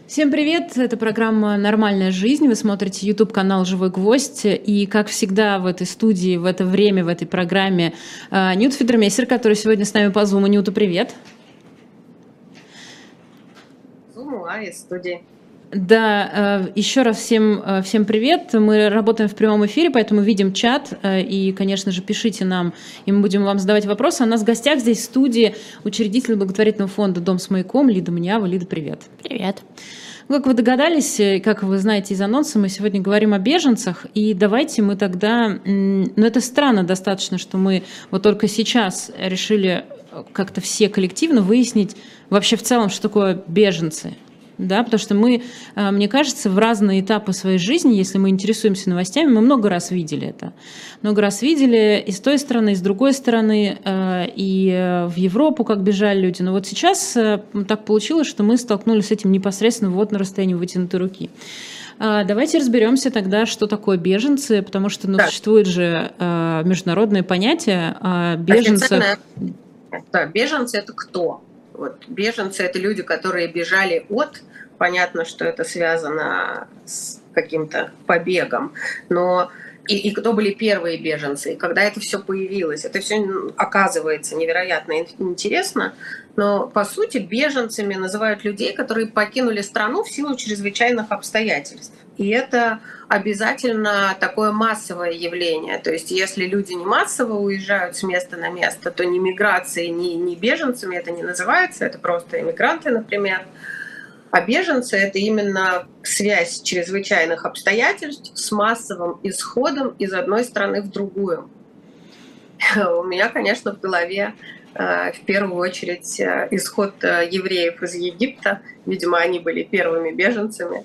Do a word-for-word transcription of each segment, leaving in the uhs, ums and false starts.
Всем привет! Это программа «Нормальная жизнь». Вы смотрите YouTube-канал «Живой гвоздь». И, как всегда, в этой студии, в это время, в этой программе э, Ньюта Федермейстер, который сегодня с нами по Zoom. Ньюта, привет! Zoom, а из студии. Да, еще раз всем, всем привет. Мы работаем в прямом эфире, поэтому видим чат. И, конечно же, пишите нам, и мы будем вам задавать вопросы. А у нас в гостях здесь в студии учредитель благотворительного фонда «Дом с маяком» Лида Мнява. Лида, привет. Привет. Как вы догадались, как вы знаете из анонса, мы сегодня говорим о беженцах. И давайте мы тогда... Ну, это странно достаточно, что мы вот только сейчас решили как-то все коллективно выяснить вообще в целом, что такое беженцы. Да, потому что мы, мне кажется, в разные этапы своей жизни, если мы интересуемся новостями, мы много раз видели это. Много раз видели и с той стороны, и с другой стороны, и в Европу как бежали люди. Но вот сейчас так получилось, что мы столкнулись с этим непосредственно вот на расстоянии вытянутой руки. Давайте разберемся тогда, что такое беженцы, потому что ну, да. существует же международное понятие о беженцах. Да, беженцы – это кто? Вот, беженцы – это люди, которые бежали от, понятно, что это связано с каким-то побегом, но и, и кто были первые беженцы, и когда это все появилось, это все оказывается невероятно интересно, но по сути беженцами называют людей, которые покинули страну в силу чрезвычайных обстоятельств. И это обязательно такое массовое явление. То есть если люди не массово уезжают с места на место, то ни миграцией, ни, ни беженцами это не называется, это просто иммигранты, например. А беженцы — это именно связь чрезвычайных обстоятельств с массовым исходом из одной страны в другую. У меня, конечно, в голове в первую очередь исход евреев из Египта. Видимо, они были первыми беженцами.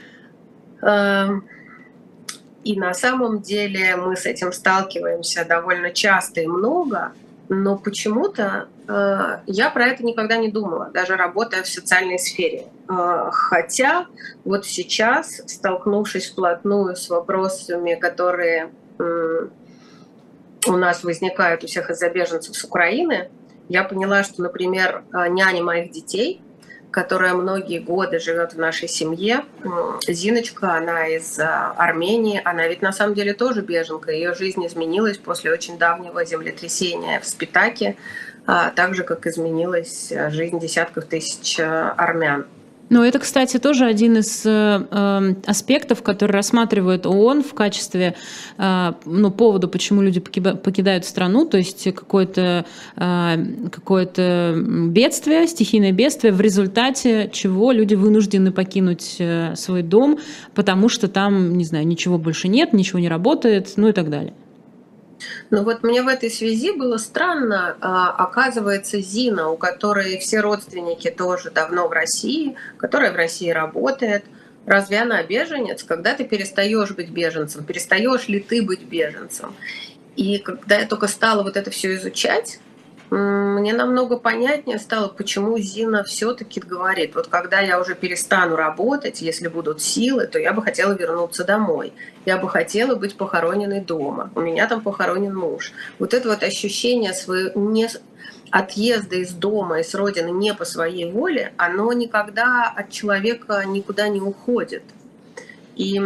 И на самом деле мы с этим сталкиваемся довольно часто и много, но почему-то э, я про это никогда не думала, даже работая в социальной сфере. Э, хотя вот сейчас, столкнувшись вплотную с вопросами, которые э, у нас возникают у всех из-за беженцев с Украины, я поняла, что, например, няня моих детей, которая многие годы живет в нашей семье. Зиночка, она из Армении, она ведь на самом деле тоже беженка. Ее жизнь изменилась после очень давнего землетрясения в Спитаке, так же, как изменилась жизнь десятков тысяч армян. Ну, это, кстати, тоже один из э, аспектов, который рассматривает ООН в качестве э, ну, повода, почему люди покидают страну, то есть какое-то э, какое-то бедствие, стихийное бедствие, в результате чего люди вынуждены покинуть э, свой дом, потому что там, не знаю, ничего больше нет, ничего не работает, ну и так далее. Ну вот мне в этой связи было странно, оказывается, Зина, у которой все родственники тоже давно в России, которая в России работает, разве она беженец? Когда ты перестаешь быть беженцем, перестаешь ли ты быть беженцем? И когда я только стала вот это все изучать, мне намного понятнее стало, почему Зина все-таки говорит, вот когда я уже перестану работать, если будут силы, то я бы хотела вернуться домой. Я бы хотела быть похороненной дома. У меня там похоронен муж. Вот это вот ощущение своего не... отъезда из дома и с родины не по своей воле, оно никогда от человека никуда не уходит. И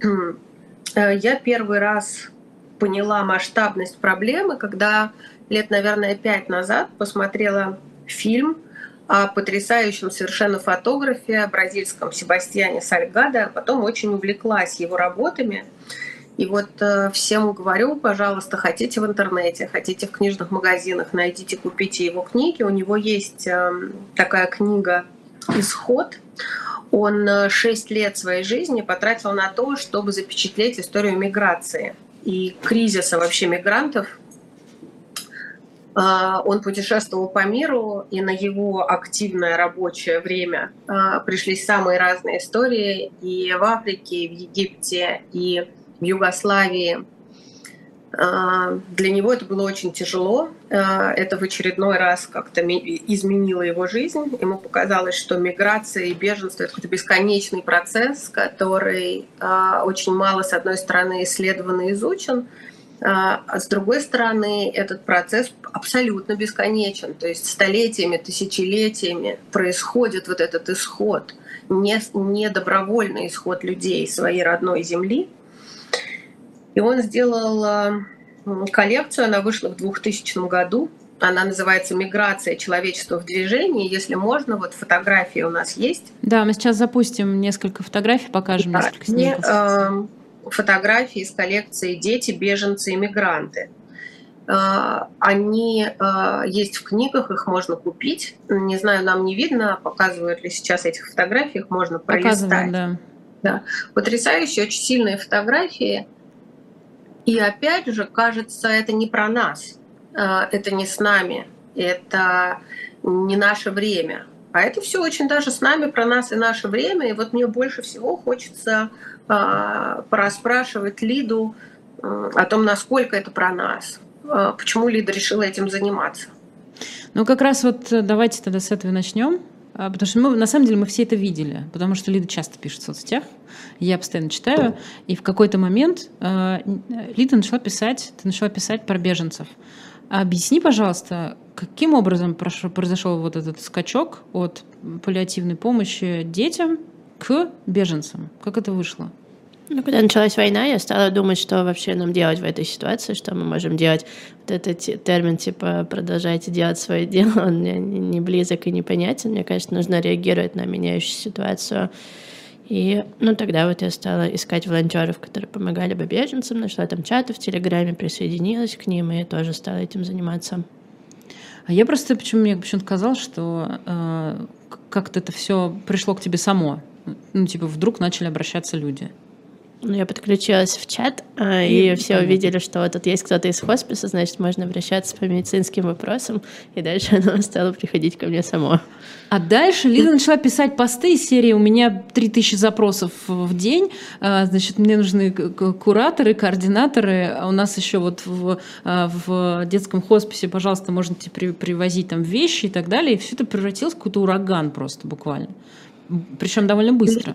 я первый раз поняла масштабность проблемы, когда лет, наверное, пять назад посмотрела фильм о потрясающем совершенно фотографе бразильском Себастьяне Сальгадо, а потом очень увлеклась его работами. И вот э, всем говорю, пожалуйста, хотите в интернете, хотите в книжных магазинах, найдите, купите его книги. У него есть э, такая книга «Исход». Он шесть лет своей жизни потратил на то, чтобы запечатлеть историю миграции и кризиса вообще мигрантов. Он путешествовал по миру, и на его активное рабочее время пришлись самые разные истории и в Африке, и в Египте, и в Югославии. Для него это было очень тяжело. Это в очередной раз как-то изменило его жизнь. Ему показалось, что миграция и беженство — это какой-то бесконечный процесс, который очень мало, с одной стороны, исследован и изучен, а с другой стороны, этот процесс абсолютно бесконечен. То есть столетиями, тысячелетиями происходит вот этот исход, не, не добровольный исход людей из своей родной земли. И он сделал коллекцию, она вышла в двухтысячном году. Она называется «Миграция человечества в движении». Если можно, вот фотографии у нас есть. Да, мы сейчас запустим несколько фотографий, покажем да, несколько снимков. И, э, фотографии из коллекции «Дети, беженцы и мигранты». Э, они э, есть в книгах, их можно купить. Не знаю, нам не видно, показывают ли сейчас этих фотографий, их можно пролистать. Показываем, да. Да. Потрясающие, очень сильные фотографии. И опять же, кажется, это не про нас. Это не с нами, это не наше время. А это все очень даже с нами, про нас и наше время. И вот мне больше всего хочется э, порасспрашивать Лиду э, о том, насколько это про нас. Э, почему Лида решила этим заниматься. Ну, как раз вот давайте тогда с этого начнем. Потому что мы, на самом деле, мы все это видели. Потому что Лида часто пишет в соцсетях. Я постоянно читаю. И в какой-то момент э, Лида начала писать, ты начала писать про беженцев. Объясни, пожалуйста, каким образом произошел вот этот скачок от паллиативной помощи детям к беженцам? Как это вышло? Ну, когда началась война, я стала думать, что вообще нам делать в этой ситуации, что мы можем делать. Вот этот термин, типа, продолжайте делать свое дело, он мне не близок и непонятен. Мне кажется, нужно реагировать на меняющуюся ситуацию. И, ну, тогда вот я стала искать волонтеров, которые помогали бы беженцам, нашла там чаты в Телеграме, присоединилась к ним и тоже стала этим заниматься. А я просто, почему мне почему-то казалось, что э, как-то это все пришло к тебе само. Ну, типа, вдруг начали обращаться люди. Ну, я подключилась в чат, и, и все увидели, что вот тут есть кто-то из хосписа, значит, можно обращаться по медицинским вопросам, и дальше оно стало приходить ко мне само. А дальше Лида начала писать посты из серии «У меня три тысячи запросов в день, значит, мне нужны кураторы, координаторы, а у нас еще вот в, в детском хосписе, пожалуйста, можете привозить там вещи и так далее». И все это превратилось в какой-то ураган просто буквально. Причем довольно быстро.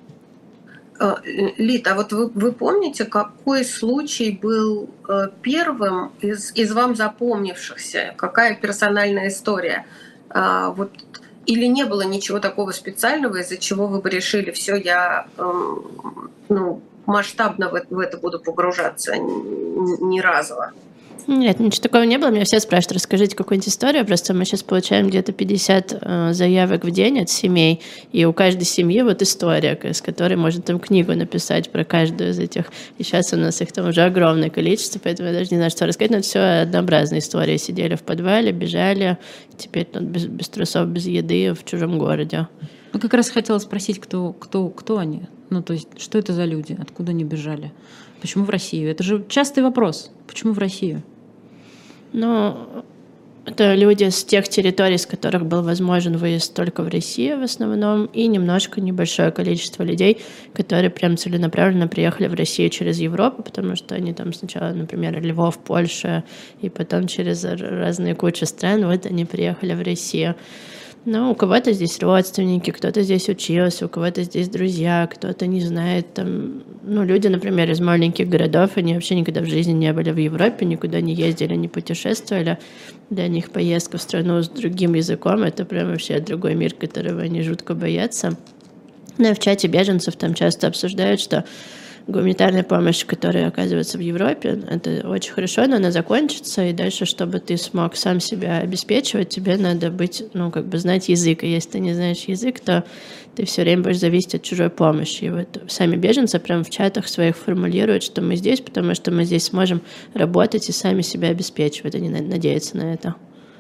Лид, а вот вы, вы помните, какой случай был э, первым из, из вам запомнившихся? Какая персональная история? А, вот, или не было ничего такого специального, из-за чего вы бы решили, все, я э, ну, масштабно в, в это буду погружаться, ни, ни разово? Нет, ничего такого не было. Меня все спрашивают, расскажите какую-нибудь историю. Просто мы сейчас получаем где-то пятьдесят э, заявок в день от семей, и у каждой семьи вот история, с которой можно там книгу написать про каждую из этих. И сейчас у нас их там уже огромное количество, поэтому я даже не знаю, что рассказать, но это все однообразные истории. Сидели в подвале, бежали, теперь тут без, без трусов, без еды в чужом городе. Ну, как раз хотела спросить, кто, кто, кто они? Ну, то есть, что это за люди? Откуда они бежали? Почему в Россию? Это же частый вопрос. Почему в Россию? Ну, это люди с тех территорий, с которых был возможен выезд только в Россию в основном, и немножко небольшое количество людей, которые прям целенаправленно приехали в Россию через Европу, потому что они там сначала, например, Львов, Польша, и потом через разные кучи стран, вот они приехали в Россию. Ну, у кого-то здесь родственники, кто-то здесь учился, у кого-то здесь друзья, кто-то не знает. Там, ну, люди, например, из маленьких городов, они вообще никогда в жизни не были в Европе, никуда не ездили, не путешествовали. Для них поездка в страну с другим языком — это прям вообще другой мир, которого они жутко боятся. Ну, и в чате беженцев там часто обсуждают, что гуманитарная помощь, которая оказывается в Европе, это очень хорошо, но она закончится, и дальше, чтобы ты смог сам себя обеспечивать, тебе надо быть, ну, как бы знать язык, и если ты не знаешь язык, то ты все время будешь зависеть от чужой помощи. И вот сами беженцы прямо в чатах своих формулируют, что мы здесь, потому что мы здесь сможем работать и сами себя обеспечивать, они надеются на это.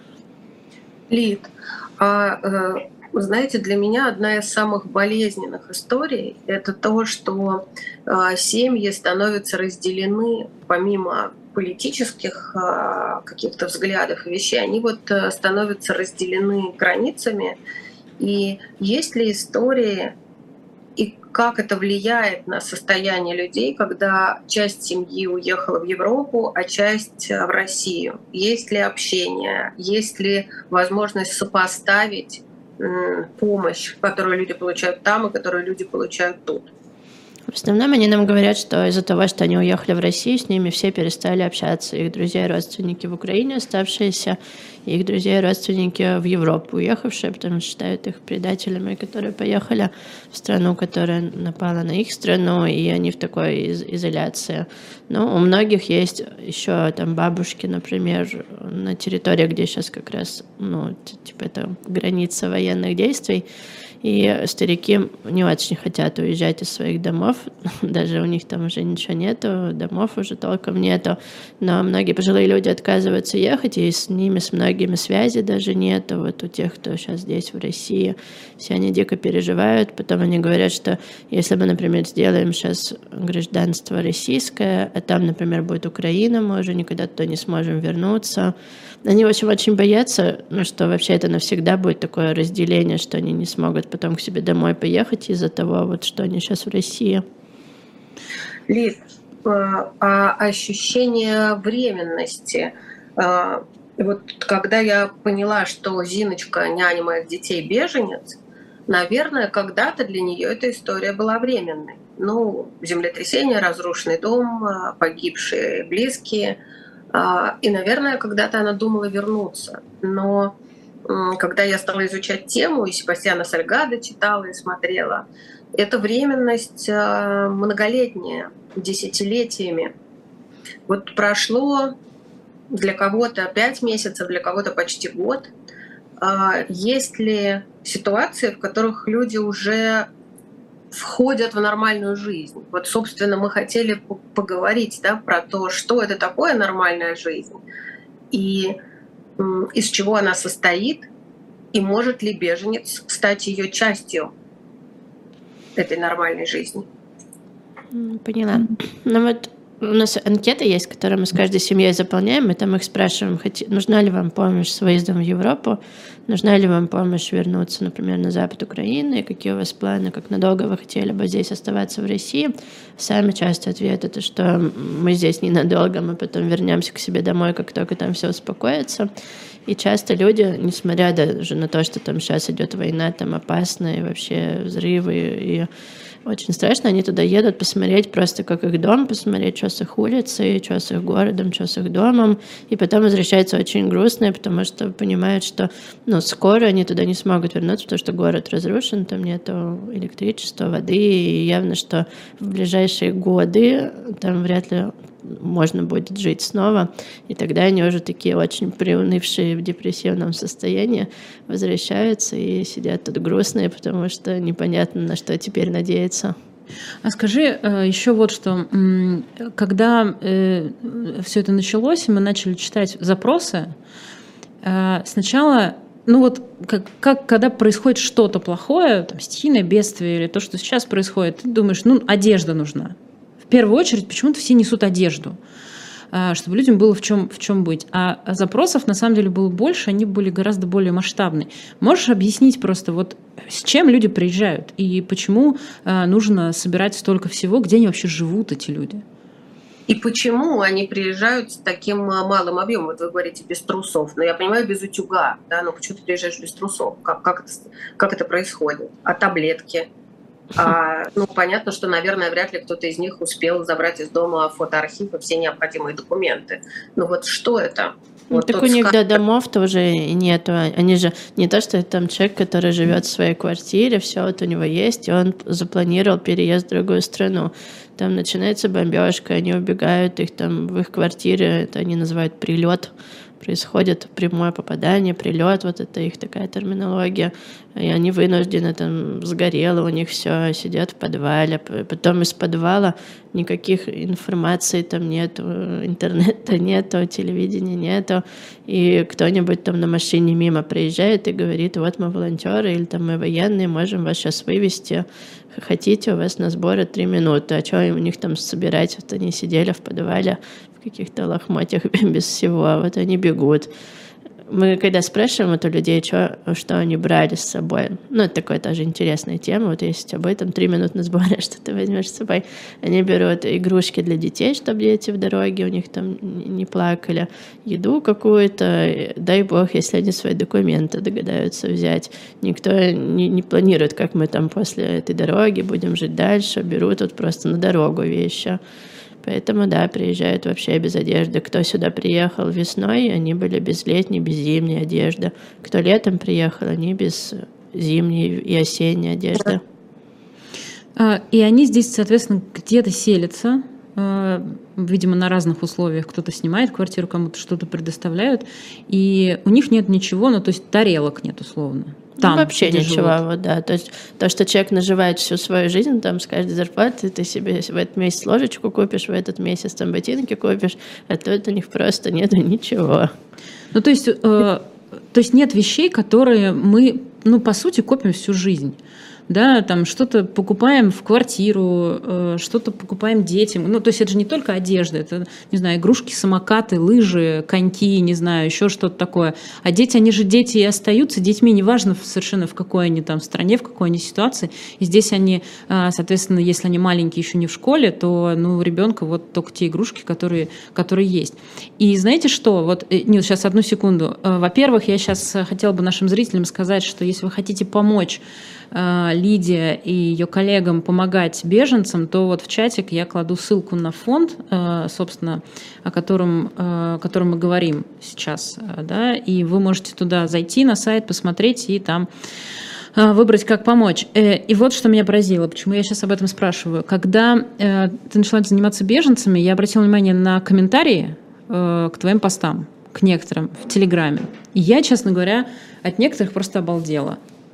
Лид, а... Вы знаете, для меня одна из самых болезненных историй — это то, что э, семьи становятся разделены помимо политических э, каких-то взглядов и вещей, они вот э, становятся разделены границами. И есть ли истории, и как это влияет на состояние людей, когда часть семьи уехала в Европу, а часть в Россию? Есть ли общение? Есть ли возможность сопоставить помощь, которую люди получают там и которую люди получают тут? В основном они нам говорят, что из-за того, что они уехали в Россию, с ними все перестали общаться. Их друзья и родственники в Украине оставшиеся, и их друзья и родственники в Европу уехавшие, потому что считают их предателями, которые поехали в страну, которая напала на их страну, и они в такой из- изоляции. Но у многих есть еще там бабушки, например, на территории, где сейчас как раз, ну, типа это граница военных действий, и старики не очень хотят уезжать из своих домов, даже у них там уже ничего нету, домов уже толком нету, но многие пожилые люди отказываются ехать, и с ними, с многими связи даже нету, вот у тех, кто сейчас здесь, в России, все они дико переживают, потом они говорят, что если мы, например, сделаем сейчас гражданство российское, а там, например, будет Украина, мы уже никогда туда не сможем вернуться. Они, в общем, очень боятся, ну, что вообще это навсегда будет такое разделение, что они не смогут потом к себе домой поехать из-за того, вот, что они сейчас в России. Лиз, а ощущение временности, вот когда я поняла, что Зиночка, няня моих детей, беженец, наверное, когда-то для нее эта история была временной. Ну, землетрясение, разрушенный дом, погибшие близкие. И, наверное, когда-то она думала вернуться. Но когда я стала изучать тему, и Себастьяна Сальгадо читала и смотрела, эта временность многолетняя, десятилетиями. Вот прошло для кого-то пять месяцев, для кого-то почти год. Есть ли ситуации, в которых люди уже входят в нормальную жизнь? Вот, собственно, мы хотели поговорить, да, про то, что это такое нормальная жизнь, и из чего она состоит, и может ли беженец стать ее частью этой нормальной жизни. Поняла. Ну вот у нас анкета есть, которую мы с каждой семьей заполняем, и там их спрашиваем, нужна ли вам помощь с выездом в Европу, нужна ли вам помощь вернуться, например, на запад Украины, и какие у вас планы, как надолго вы хотели бы здесь оставаться в России. Самый частый ответ — это что мы здесь ненадолго, мы потом вернемся к себе домой, как только там все успокоится. И часто люди, несмотря даже на то, что там сейчас идет война, там опасно, и вообще взрывы, и очень страшно, они туда едут посмотреть просто как их дом, посмотреть, что с их улицей, что с их городом, что с их домом, и потом возвращаются очень грустные, потому что понимают, что ну, скоро они туда не смогут вернуться, потому что город разрушен, там нету электричества, воды, и явно, что в ближайшие годы там вряд ли можно будет жить снова, и тогда они уже такие очень приунывшие в депрессивном состоянии возвращаются и сидят тут грустные, потому что непонятно, на что теперь надеяться. А скажи еще вот что, когда все это началось, и мы начали читать запросы, сначала, ну вот как, как когда происходит что-то плохое, там, стихийное бедствие или то, что сейчас происходит, ты думаешь, ну одежда нужна. В первую очередь почему-то все несут одежду, чтобы людям было в чем, в чем быть. А запросов на самом деле было больше, они были гораздо более масштабные. Можешь объяснить просто, вот с чем люди приезжают и почему нужно собирать столько всего, где они вообще живут, эти люди? И почему они приезжают с таким малым объемом? Вот вы говорите, без трусов. Но я понимаю, без утюга. Да? Но почему ты приезжаешь без трусов? Как, как, это, как это происходит? А таблетки? А, ну, понятно, что, наверное, вряд ли кто-то из них успел забрать из дома фотоархив и все необходимые документы. Но вот что это? Ну, Вот так у них, сказ... да, домов-то уже нету. Они же не то, что это там человек, который живет в своей квартире, все вот у него есть, и он запланировал переезд в другую страну. Там начинается бомбежка, они убегают, их там в их квартире, это они называют прилет. Происходит прямое попадание, прилет, вот это их такая терминология, и они вынуждены, там, сгорело у них все, сидят в подвале, потом из подвала никаких информации там нету, интернета нету, телевидения нету, и кто-нибудь там на машине мимо проезжает и говорит, вот мы волонтеры, или там мы военные, можем вас сейчас вывезти, хотите, у вас на сборы три минуты, а что у них там собирать, вот они сидели в подвале, в каких-то лохмотьях без всего, а вот они бегут. мы когда спрашиваем это людей, что, что они брали с собой, ну, это такая тоже интересная тема, вот если об этом три минут на сборе, что ты возьмешь с собой, они берут игрушки для детей, чтобы дети в дороге у них там не плакали, еду какую-то, дай бог, если они свои документы догадаются взять. Никто не, не планирует, как мы там после этой дороги будем жить дальше, берут вот просто на дорогу вещи. Поэтому, да, приезжают вообще без одежды. Кто сюда приехал весной, они были без летней, без зимней одежды. Кто летом приехал, они без зимней и осенней одежды. И они здесь, соответственно, где-то селятся, видимо, на разных условиях. Кто-то снимает квартиру, кому-то что-то предоставляют, и у них нет ничего, ну, то есть тарелок нет, условно. Там, ну, вообще ничего, вот, да. То есть то, что человек наживает всю свою жизнь, там, с каждой зарплаты, ты себе в этот месяц ложечку купишь, в этот месяц там ботинки купишь, а тут у них просто нету ничего. Ну, то есть, э, то есть нет вещей, которые мы, ну, по сути, копим всю жизнь. Да, там что-то покупаем в квартиру, э, что-то покупаем детям. Ну, то есть это же не только одежда, это, не знаю, игрушки, самокаты, лыжи, коньки, не знаю, еще что-то такое. А дети, они же дети и остаются детьми, неважно совершенно в какой они там стране, в какой они ситуации. И здесь они, э, соответственно, если они маленькие, еще не в школе, то, ну, у ребенка вот только те игрушки, которые, которые есть. И знаете что? Вот, Нил, сейчас одну секунду. Э, во-первых, я сейчас хотела бы нашим зрителям сказать, что если вы хотите помочь Лидия и ее коллегам помогать беженцам, то вот в чатик я кладу ссылку на фонд, собственно, о котором, о котором мы говорим сейчас, да, и вы можете туда зайти на сайт, посмотреть и там выбрать, как помочь. И вот что меня поразило, почему я сейчас об этом спрашиваю. Когда ты начала заниматься беженцами, я обратила внимание на комментарии к твоим постам, к некоторым в Телеграме. И я, честно говоря, от некоторых просто обалдела.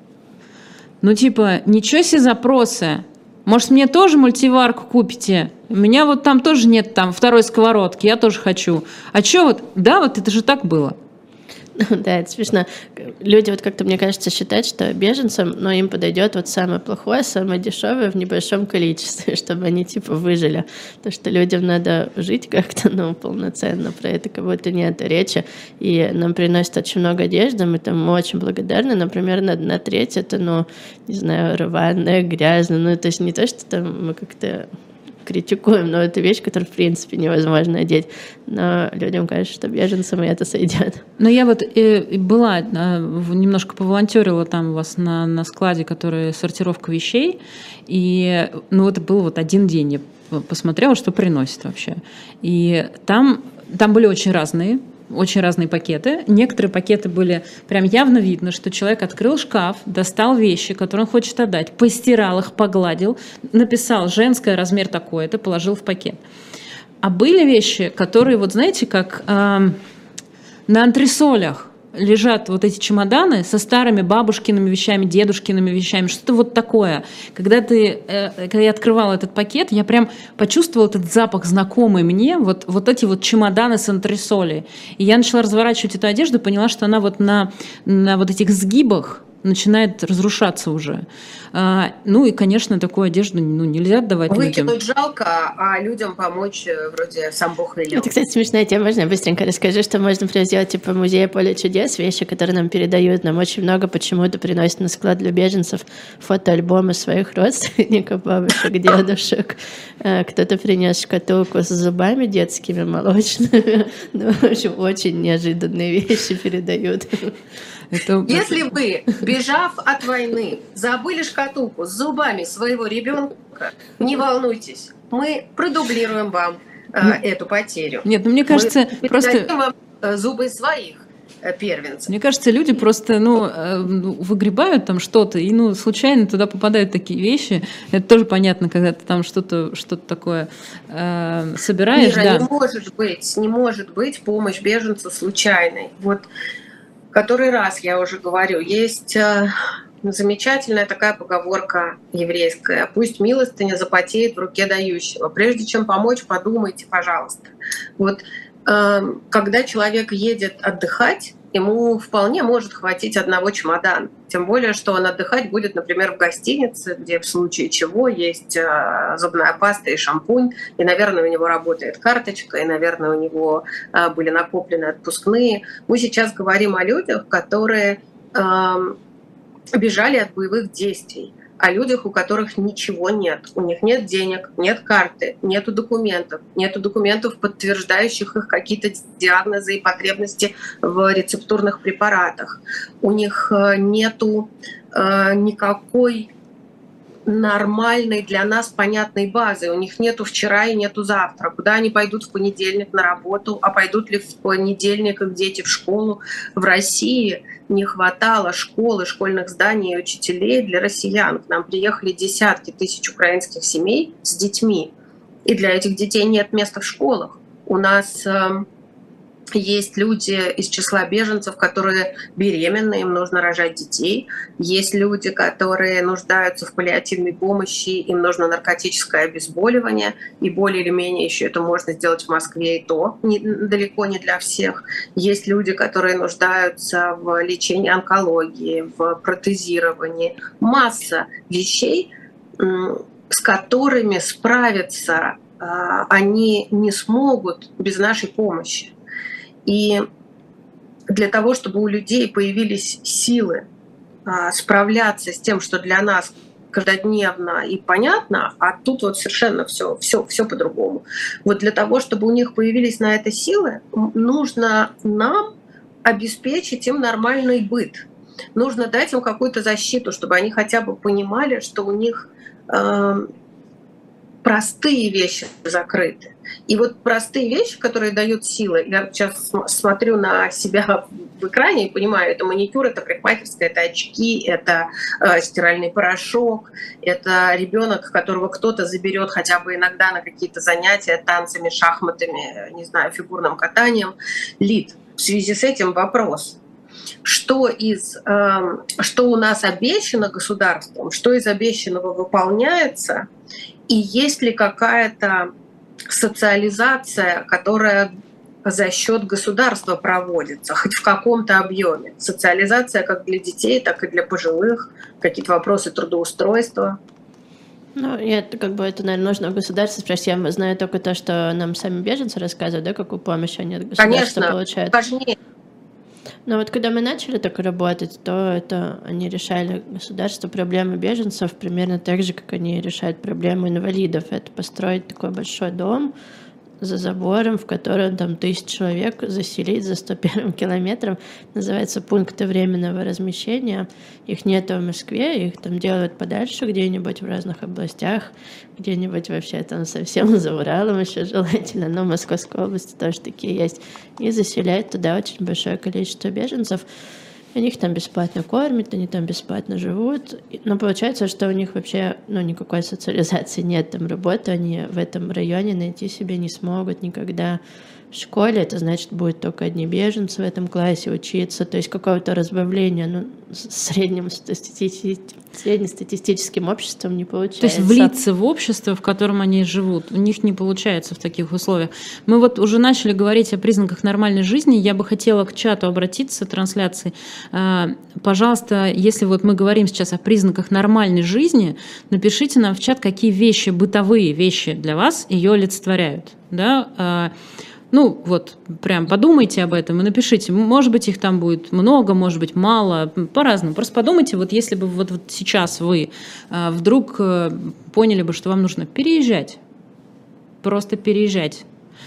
Ну, типа, ничего себе запросы. Может, мне тоже мультиварку купите? У меня вот там тоже нет там второй сковородки, я тоже хочу. А что вот? Да, вот это же так было. Да, это смешно. Люди вот как-то, мне кажется, считают, что беженцам, но им подойдет вот самое плохое, самое дешевое в небольшом количестве, чтобы они типа выжили. То, что людям надо жить как-то, ну, полноценно, про это как будто нет речи. И нам приносят очень много одежды, мы там очень благодарны. Например, на, на треть это, ну, не знаю, рваная, грязная. Ну, то есть не то, что там мы как-то критикуем, но это вещь, которую, в принципе, невозможно одеть. Но людям кажется, что беженцам и это сойдет. Но я вот э, была, э, немножко поволонтерила там у вас на, на складе, который сортировка вещей, и, ну, это был вот один день, я посмотрела, что приносит вообще. И там, там были очень разные, очень разные пакеты. Некоторые пакеты были прям явно видно, что человек открыл шкаф, достал вещи, которые он хочет отдать, постирал их, погладил, написал «женское, размер такой-то», положил в пакет. А были вещи, которые, вот знаете, как э, на антресолях лежат вот эти чемоданы со старыми бабушкиными вещами, дедушкиными вещами, что-то вот такое. Когда, ты, э, когда я открывала этот пакет, я прям почувствовала этот запах знакомый мне, вот, вот эти вот чемоданы с антресолей. И я начала разворачивать эту одежду, поняла, что она вот на, на вот этих сгибах начинает разрушаться уже. А, ну и, конечно, такую одежду, ну, нельзя отдавать Выкинуть людям. Выкинуть жалко, а людям помочь вроде сам Бог велел. Это, кстати, смешная тема. Можно я быстренько расскажу, что можно, например, сделать типа музея поле чудес, вещи, которые нам передают. Нам очень много почему-то приносят на склад для беженцев фотоальбомы своих родственников, бабушек, дедушек. Кто-то принес шкатулку с зубами детскими, молочными. Ну, в общем, очень неожиданные вещи передают. Это... Если вы, бежав от войны, забыли шкатулку с зубами своего ребенка, не волнуйтесь, мы продублируем вам э, эту потерю. Нет, ну мне кажется, мы просто вам зубы своих первенцев. Мне кажется, люди просто, ну, выгребают там что-то и, ну, случайно туда попадают такие вещи. Это тоже понятно, когда ты там что-то, что-то такое э, собираешь. Ира, да. не может быть, не может быть помощь беженцу случайной. Вот. Который раз я уже говорю, есть э, замечательная такая поговорка еврейская: пусть милостыня запотеет в руке дающего. Прежде чем помочь, подумайте, пожалуйста. Вот э, когда человек едет отдыхать ему вполне может хватить одного чемодана. Тем более, что он отдыхать будет, например, в гостинице, где в случае чего есть зубная паста и шампунь, и, наверное, у него работает карточка, и, наверное, у него были накоплены отпускные. Мы сейчас говорим о людях, которые бежали от боевых действий, о людях, у которых ничего нет. У них нет денег, нет карты, нету документов, нету документов, подтверждающих их какие-то диагнозы и потребности в рецептурных препаратах. У них нету э, никакой нормальной для нас понятной базы. У них нету вчера и нету завтра. Куда они пойдут в понедельник на работу, а пойдут ли в понедельник их дети в школу? В России не хватало школы, школьных зданий и учителей для россиян. К нам приехали десятки тысяч украинских семей с детьми. И для этих детей нет места в школах. У нас э, есть люди из числа беженцев, которые беременны, им нужно рожать детей. Есть люди, которые нуждаются в паллиативной помощи, им нужно наркотическое обезболивание. И более или менее еще это можно сделать в Москве, и то не, далеко не для всех. Есть люди, которые нуждаются в лечении онкологии, в протезировании. Масса вещей, с которыми справиться они не смогут без нашей помощи. И для того, чтобы у людей появились силы а, справляться с тем, что для нас каждодневно и понятно, а тут вот совершенно все, все, все по-другому. Вот для того, чтобы у них появились на это силы, нужно нам обеспечить им нормальный быт. Нужно дать им какую-то защиту, чтобы они хотя бы понимали, что у них э, простые вещи закрыты. И вот простые вещи, которые дают силы, я сейчас смотрю на себя в экране и понимаю, это маникюр, это парикмахерская, это очки, это э, стиральный порошок, это ребенок, которого кто-то заберет хотя бы иногда на какие-то занятия танцами, шахматами, не знаю, фигурным катанием. Лид, в связи с этим вопрос. Что, из, э, что у нас обещано государством, что из обещанного выполняется, и есть ли какая-то социализация, которая за счет государства проводится, хоть в каком-то объеме. Социализация как для детей, так и для пожилых, какие-то вопросы трудоустройства. Ну, это как бы это, наверное, нужно у государства спросить. Я знаю только то, что нам сами беженцы рассказывают, да, какую помощь они от государства Конечно, получают. Важнее. Но вот когда мы начали так работать, то это они решали государство проблемы беженцев примерно так же, как они решают проблему инвалидов. Это построить такой большой дом за забором, в котором там тысяч человек заселить за сто первым километром. Называется пункты временного размещения. Их нет в Москве, их там делают подальше где-нибудь в разных областях, где-нибудь вообще там совсем за Уралом еще желательно, но в Московской области тоже такие есть. И заселяют туда очень большое количество беженцев. Они их там бесплатно кормят, они там бесплатно живут. Но получается, что у них вообще ну, никакой социализации нет, там работы они в этом районе найти себе не смогут никогда. В школе это значит, будет только одни беженцы в этом классе учиться, то есть какого-то разбавления ну, с средним стати... среднестатистическим обществом не получается. То есть влиться в общество, в котором они живут, у них не получается в таких условиях. Мы вот уже начали говорить о признаках нормальной жизни, я бы хотела к чату обратиться, трансляции. Пожалуйста, если вот мы говорим сейчас о признаках нормальной жизни, напишите нам в чат, какие вещи, бытовые вещи для вас ее олицетворяют. Да? Ну, вот, прям подумайте об этом и напишите. Может быть, их там будет много, может быть, мало, по-разному. Просто подумайте, вот если бы вот, вот сейчас вы а, вдруг а, поняли бы, что вам нужно переезжать, просто переезжать,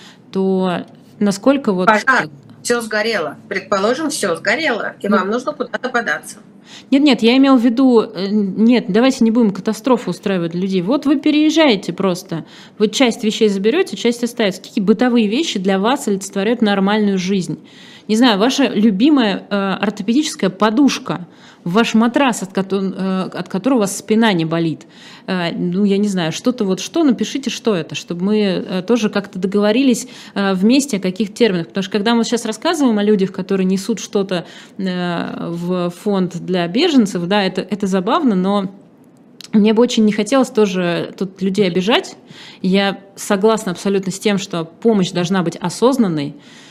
то насколько вот... Пожар, все сгорело. Предположим, все сгорело, и ну, вам нужно куда-то податься. Нет-нет, я имел в виду, нет, давайте не будем катастрофу устраивать для людей. Вот вы переезжаете просто, вы часть вещей заберете, часть оставится. Какие бытовые вещи для вас олицетворяют нормальную жизнь? Не знаю, ваша любимая э, ортопедическая подушка, ваш матрас, от, ко- э, от которого у вас спина не болит. Э, ну, я не знаю, что-то вот что, напишите, что это, чтобы мы э, тоже как-то договорились э, вместе о каких терминах. Потому что когда мы сейчас рассказываем о людях, которые несут что-то э, в фонд для беженцев, да, это, это забавно, но мне бы очень не хотелось тоже тут людей обижать. Я согласна абсолютно с тем, что помощь должна быть осознанной.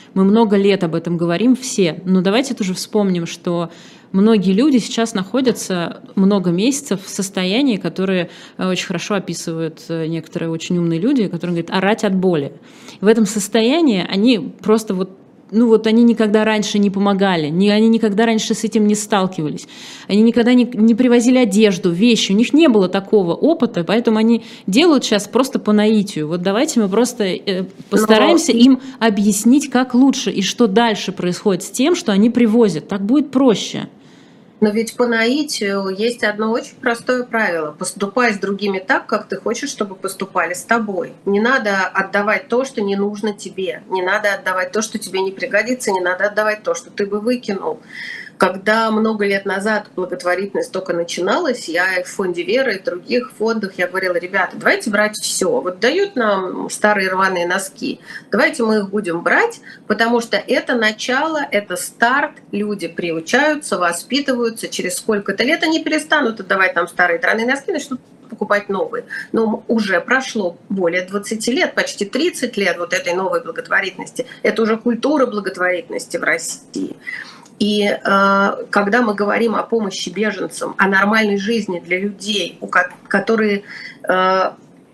Мы много лет об этом говорим все, но давайте тоже вспомним, что многие люди сейчас находятся много месяцев в состоянии, которое очень хорошо описывают некоторые очень умные люди, которые говорят орать от боли. В этом состоянии они просто вот ну вот они никогда раньше не помогали, не, они никогда раньше с этим не сталкивались, они никогда не, не привозили одежду, вещи, у них не было такого опыта, поэтому они делают сейчас просто по наитию. Вот давайте мы просто э, постараемся Но... им объяснить, как лучше и что дальше происходит с тем, что они привозят. Так будет проще. Но ведь по наитию есть одно очень простое правило. Поступай с другими так, как ты хочешь, чтобы поступали с тобой. Не надо отдавать то, что не нужно тебе. Не надо отдавать то, что тебе не пригодится. Не надо отдавать то, что ты бы выкинул. Когда много лет назад благотворительность только начиналась, я и в фонде Веры, и в других фондах, я говорила: ребята, давайте брать все. Вот дают нам старые рваные носки, давайте мы их будем брать, потому что это начало, это старт, люди приучаются, воспитываются, через сколько-то лет они перестанут отдавать нам старые драные носки, начнут покупать новые. Но уже прошло более двадцати лет, почти тридцать лет вот этой новой благотворительности. Это уже культура благотворительности в России. И э, когда мы говорим о помощи беженцам, о нормальной жизни для людей, у ко- которые э,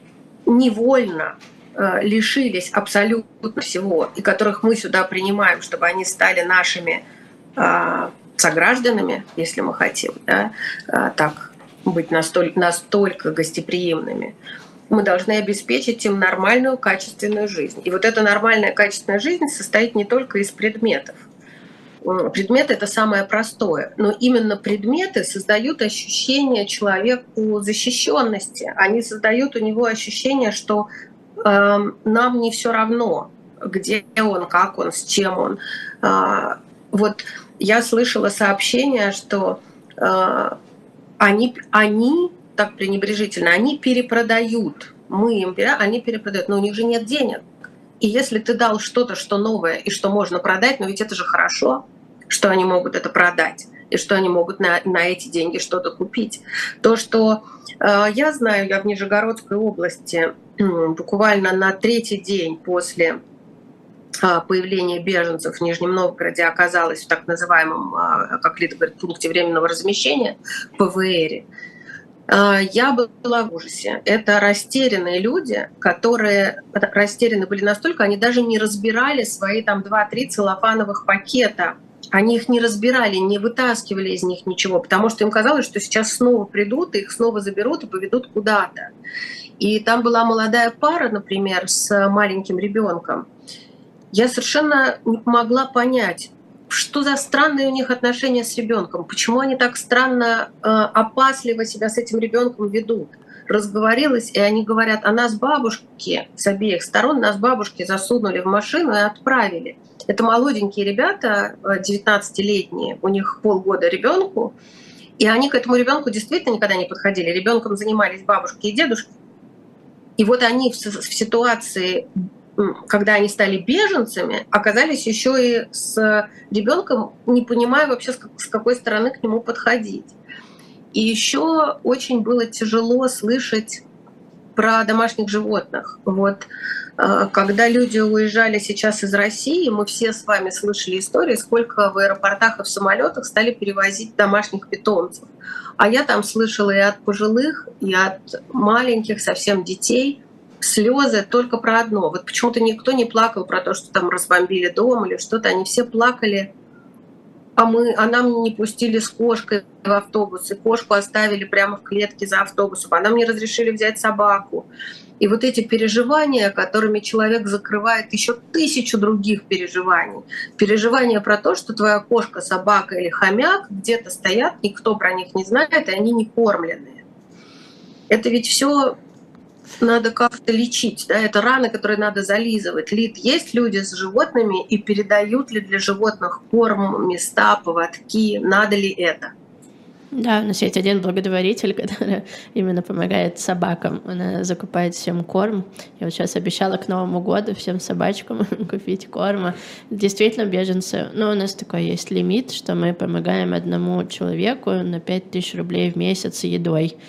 невольно э, лишились абсолютно всего, и которых мы сюда принимаем, чтобы они стали нашими э, согражданами, если мы хотим, да, э, так быть настолько, настолько гостеприимными, мы должны обеспечить им нормальную, качественную жизнь. И вот эта нормальная, качественная жизнь состоит не только из предметов. Предметы — это самое простое, но именно предметы создают ощущение человеку защищенности. Они создают у него ощущение, что э, нам не все равно, где он, как он, с чем он. Э, вот я слышала сообщение, что э, они, они, так пренебрежительно, они перепродают. Мы им, они перепродают, но у них же нет денег. И если ты дал что-то, что новое и что можно продать, но ведь это же хорошо, что они могут это продать и что они могут на, на эти деньги что-то купить. То, что э, я знаю, я в Нижегородской области э, буквально на третий день после э, появления беженцев в Нижнем Новгороде оказалась в так называемом, э, как Лида говорит, пункте временного размещения, пэ вэ эре. Я была в ужасе. Это растерянные люди, которые растеряны были настолько, они даже не разбирали свои там два-три целлофановых пакета. Они их не разбирали, не вытаскивали из них ничего, потому что им казалось, что сейчас снова придут, и их снова заберут и поведут куда-то. И там была молодая пара, например, с маленьким ребенком. Я совершенно не могла понять, что за странные у них отношения с ребенком, почему они так странно, э, опасливо себя с этим ребенком ведут. Разговорилась, и они говорят: а нас бабушки с обеих сторон, нас бабушки засунули в машину и отправили. Это молоденькие ребята, девятнадцатилетние, у них полгода ребенку, и они к этому ребенку действительно никогда не подходили. Ребенком занимались бабушки и дедушки. И вот они в, в ситуации, когда они стали беженцами, оказались еще и с ребенком, не понимая вообще, с какой стороны к нему подходить. И еще очень было тяжело слышать про домашних животных. Вот когда люди уезжали сейчас из России, мы все с вами слышали истории, сколько в аэропортах и в самолетах стали перевозить домашних питомцев. А я там слышала и от пожилых, и от маленьких совсем детей слезы только про одно. Вот почему-то никто не плакал про то, что там разбомбили дом или что-то. Они все плакали, а мы, а нам не пустили с кошкой в автобус, и кошку оставили прямо в клетке за автобусом, а нам не разрешили взять собаку. И вот эти переживания, которыми человек закрывает еще тысячу других переживаний. Переживания про то, что твоя кошка, собака или хомяк где-то стоят, никто про них не знает, и они не кормленные. Это ведь все надо как-то лечить, да? Это раны, которые надо зализывать. Лид, есть люди с животными, и передают ли для животных корм, места, поводки? Надо ли это? Да, у нас есть один благотворитель, который именно помогает собакам. Она закупает всем корм. Я вот сейчас обещала к Новому году всем собачкам купить корма. Действительно, беженцы, ну, у нас такой есть лимит, что мы помогаем одному человеку на пять тысяч рублей в месяц едой.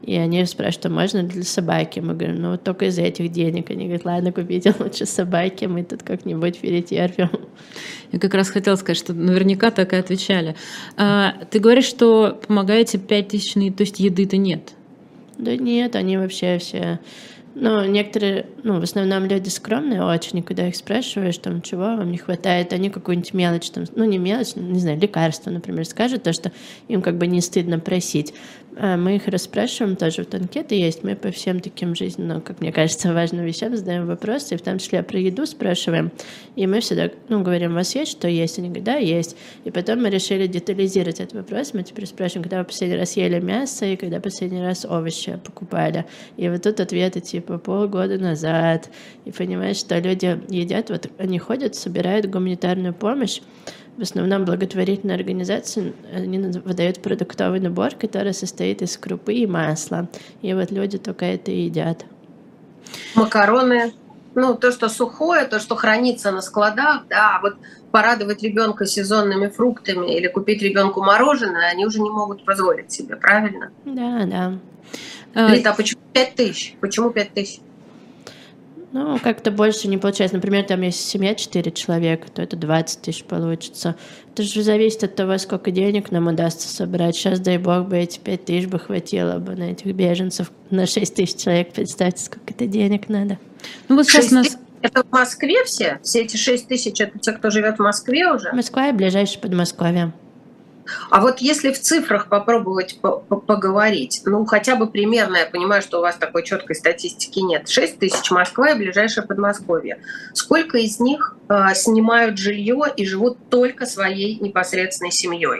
И они спрашивают, а можно для собаки? Мы говорим, ну, вот только из этих денег. Они говорят, ладно, купите лучше собаки, мы тут как-нибудь перетерпим. Я как раз хотела сказать, что наверняка так и отвечали. А, ты говоришь, что помогаете пять тысяч, то есть еды-то нет? Да нет, они вообще все... Ну, некоторые, ну, в основном люди скромные очень, и когда их спрашиваешь, там, чего вам не хватает, они какую-нибудь мелочь, там, ну, не мелочь, не знаю, лекарство, например, скажут, то, что им как бы не стыдно просить. А мы их расспрашиваем, тоже вот анкеты есть, мы по всем таким жизненным, как мне кажется, важным вещам задаем вопросы, и в том числе про еду спрашиваем, и мы всегда, ну, говорим, у вас есть что есть? Они говорят, да, есть. И потом мы решили детализировать этот вопрос, мы теперь спрашиваем, когда вы последний раз ели мясо, и когда последний раз овощи покупали. И вот тут ответы типа, по полгода назад, и понимаешь, что люди едят, вот они ходят, собирают гуманитарную помощь, в основном благотворительные организации, они выдают продуктовый набор, который состоит из крупы и масла, и вот люди только это и едят. Макароны, ну, то, что сухое, то, что хранится на складах, да, вот порадовать ребенка сезонными фруктами или купить ребенку мороженое, они уже не могут позволить себе, правильно? Да, да. Рита, а почему пять тысяч? Почему пять тысяч? Ну, как-то больше не получается. Например, там если семья четыре человека, то это двадцать тысяч получится. Это же зависит от того, сколько денег нам удастся собрать. Сейчас, дай бог, бы эти пять тысяч бы хватило бы на этих беженцев. На шесть тысяч человек, представьте, сколько это денег надо. Ну вот сейчас нас... Это в Москве все? Все эти шесть тысяч, это те, кто живет в Москве уже? Москва и ближайшее Подмосковье. А вот если в цифрах попробовать поговорить, ну хотя бы примерно, я понимаю, что у вас такой четкой статистики нет, шесть тысяч Москва и ближайшее Подмосковье. Сколько из них э, снимают жилье и живут только своей непосредственной семьей?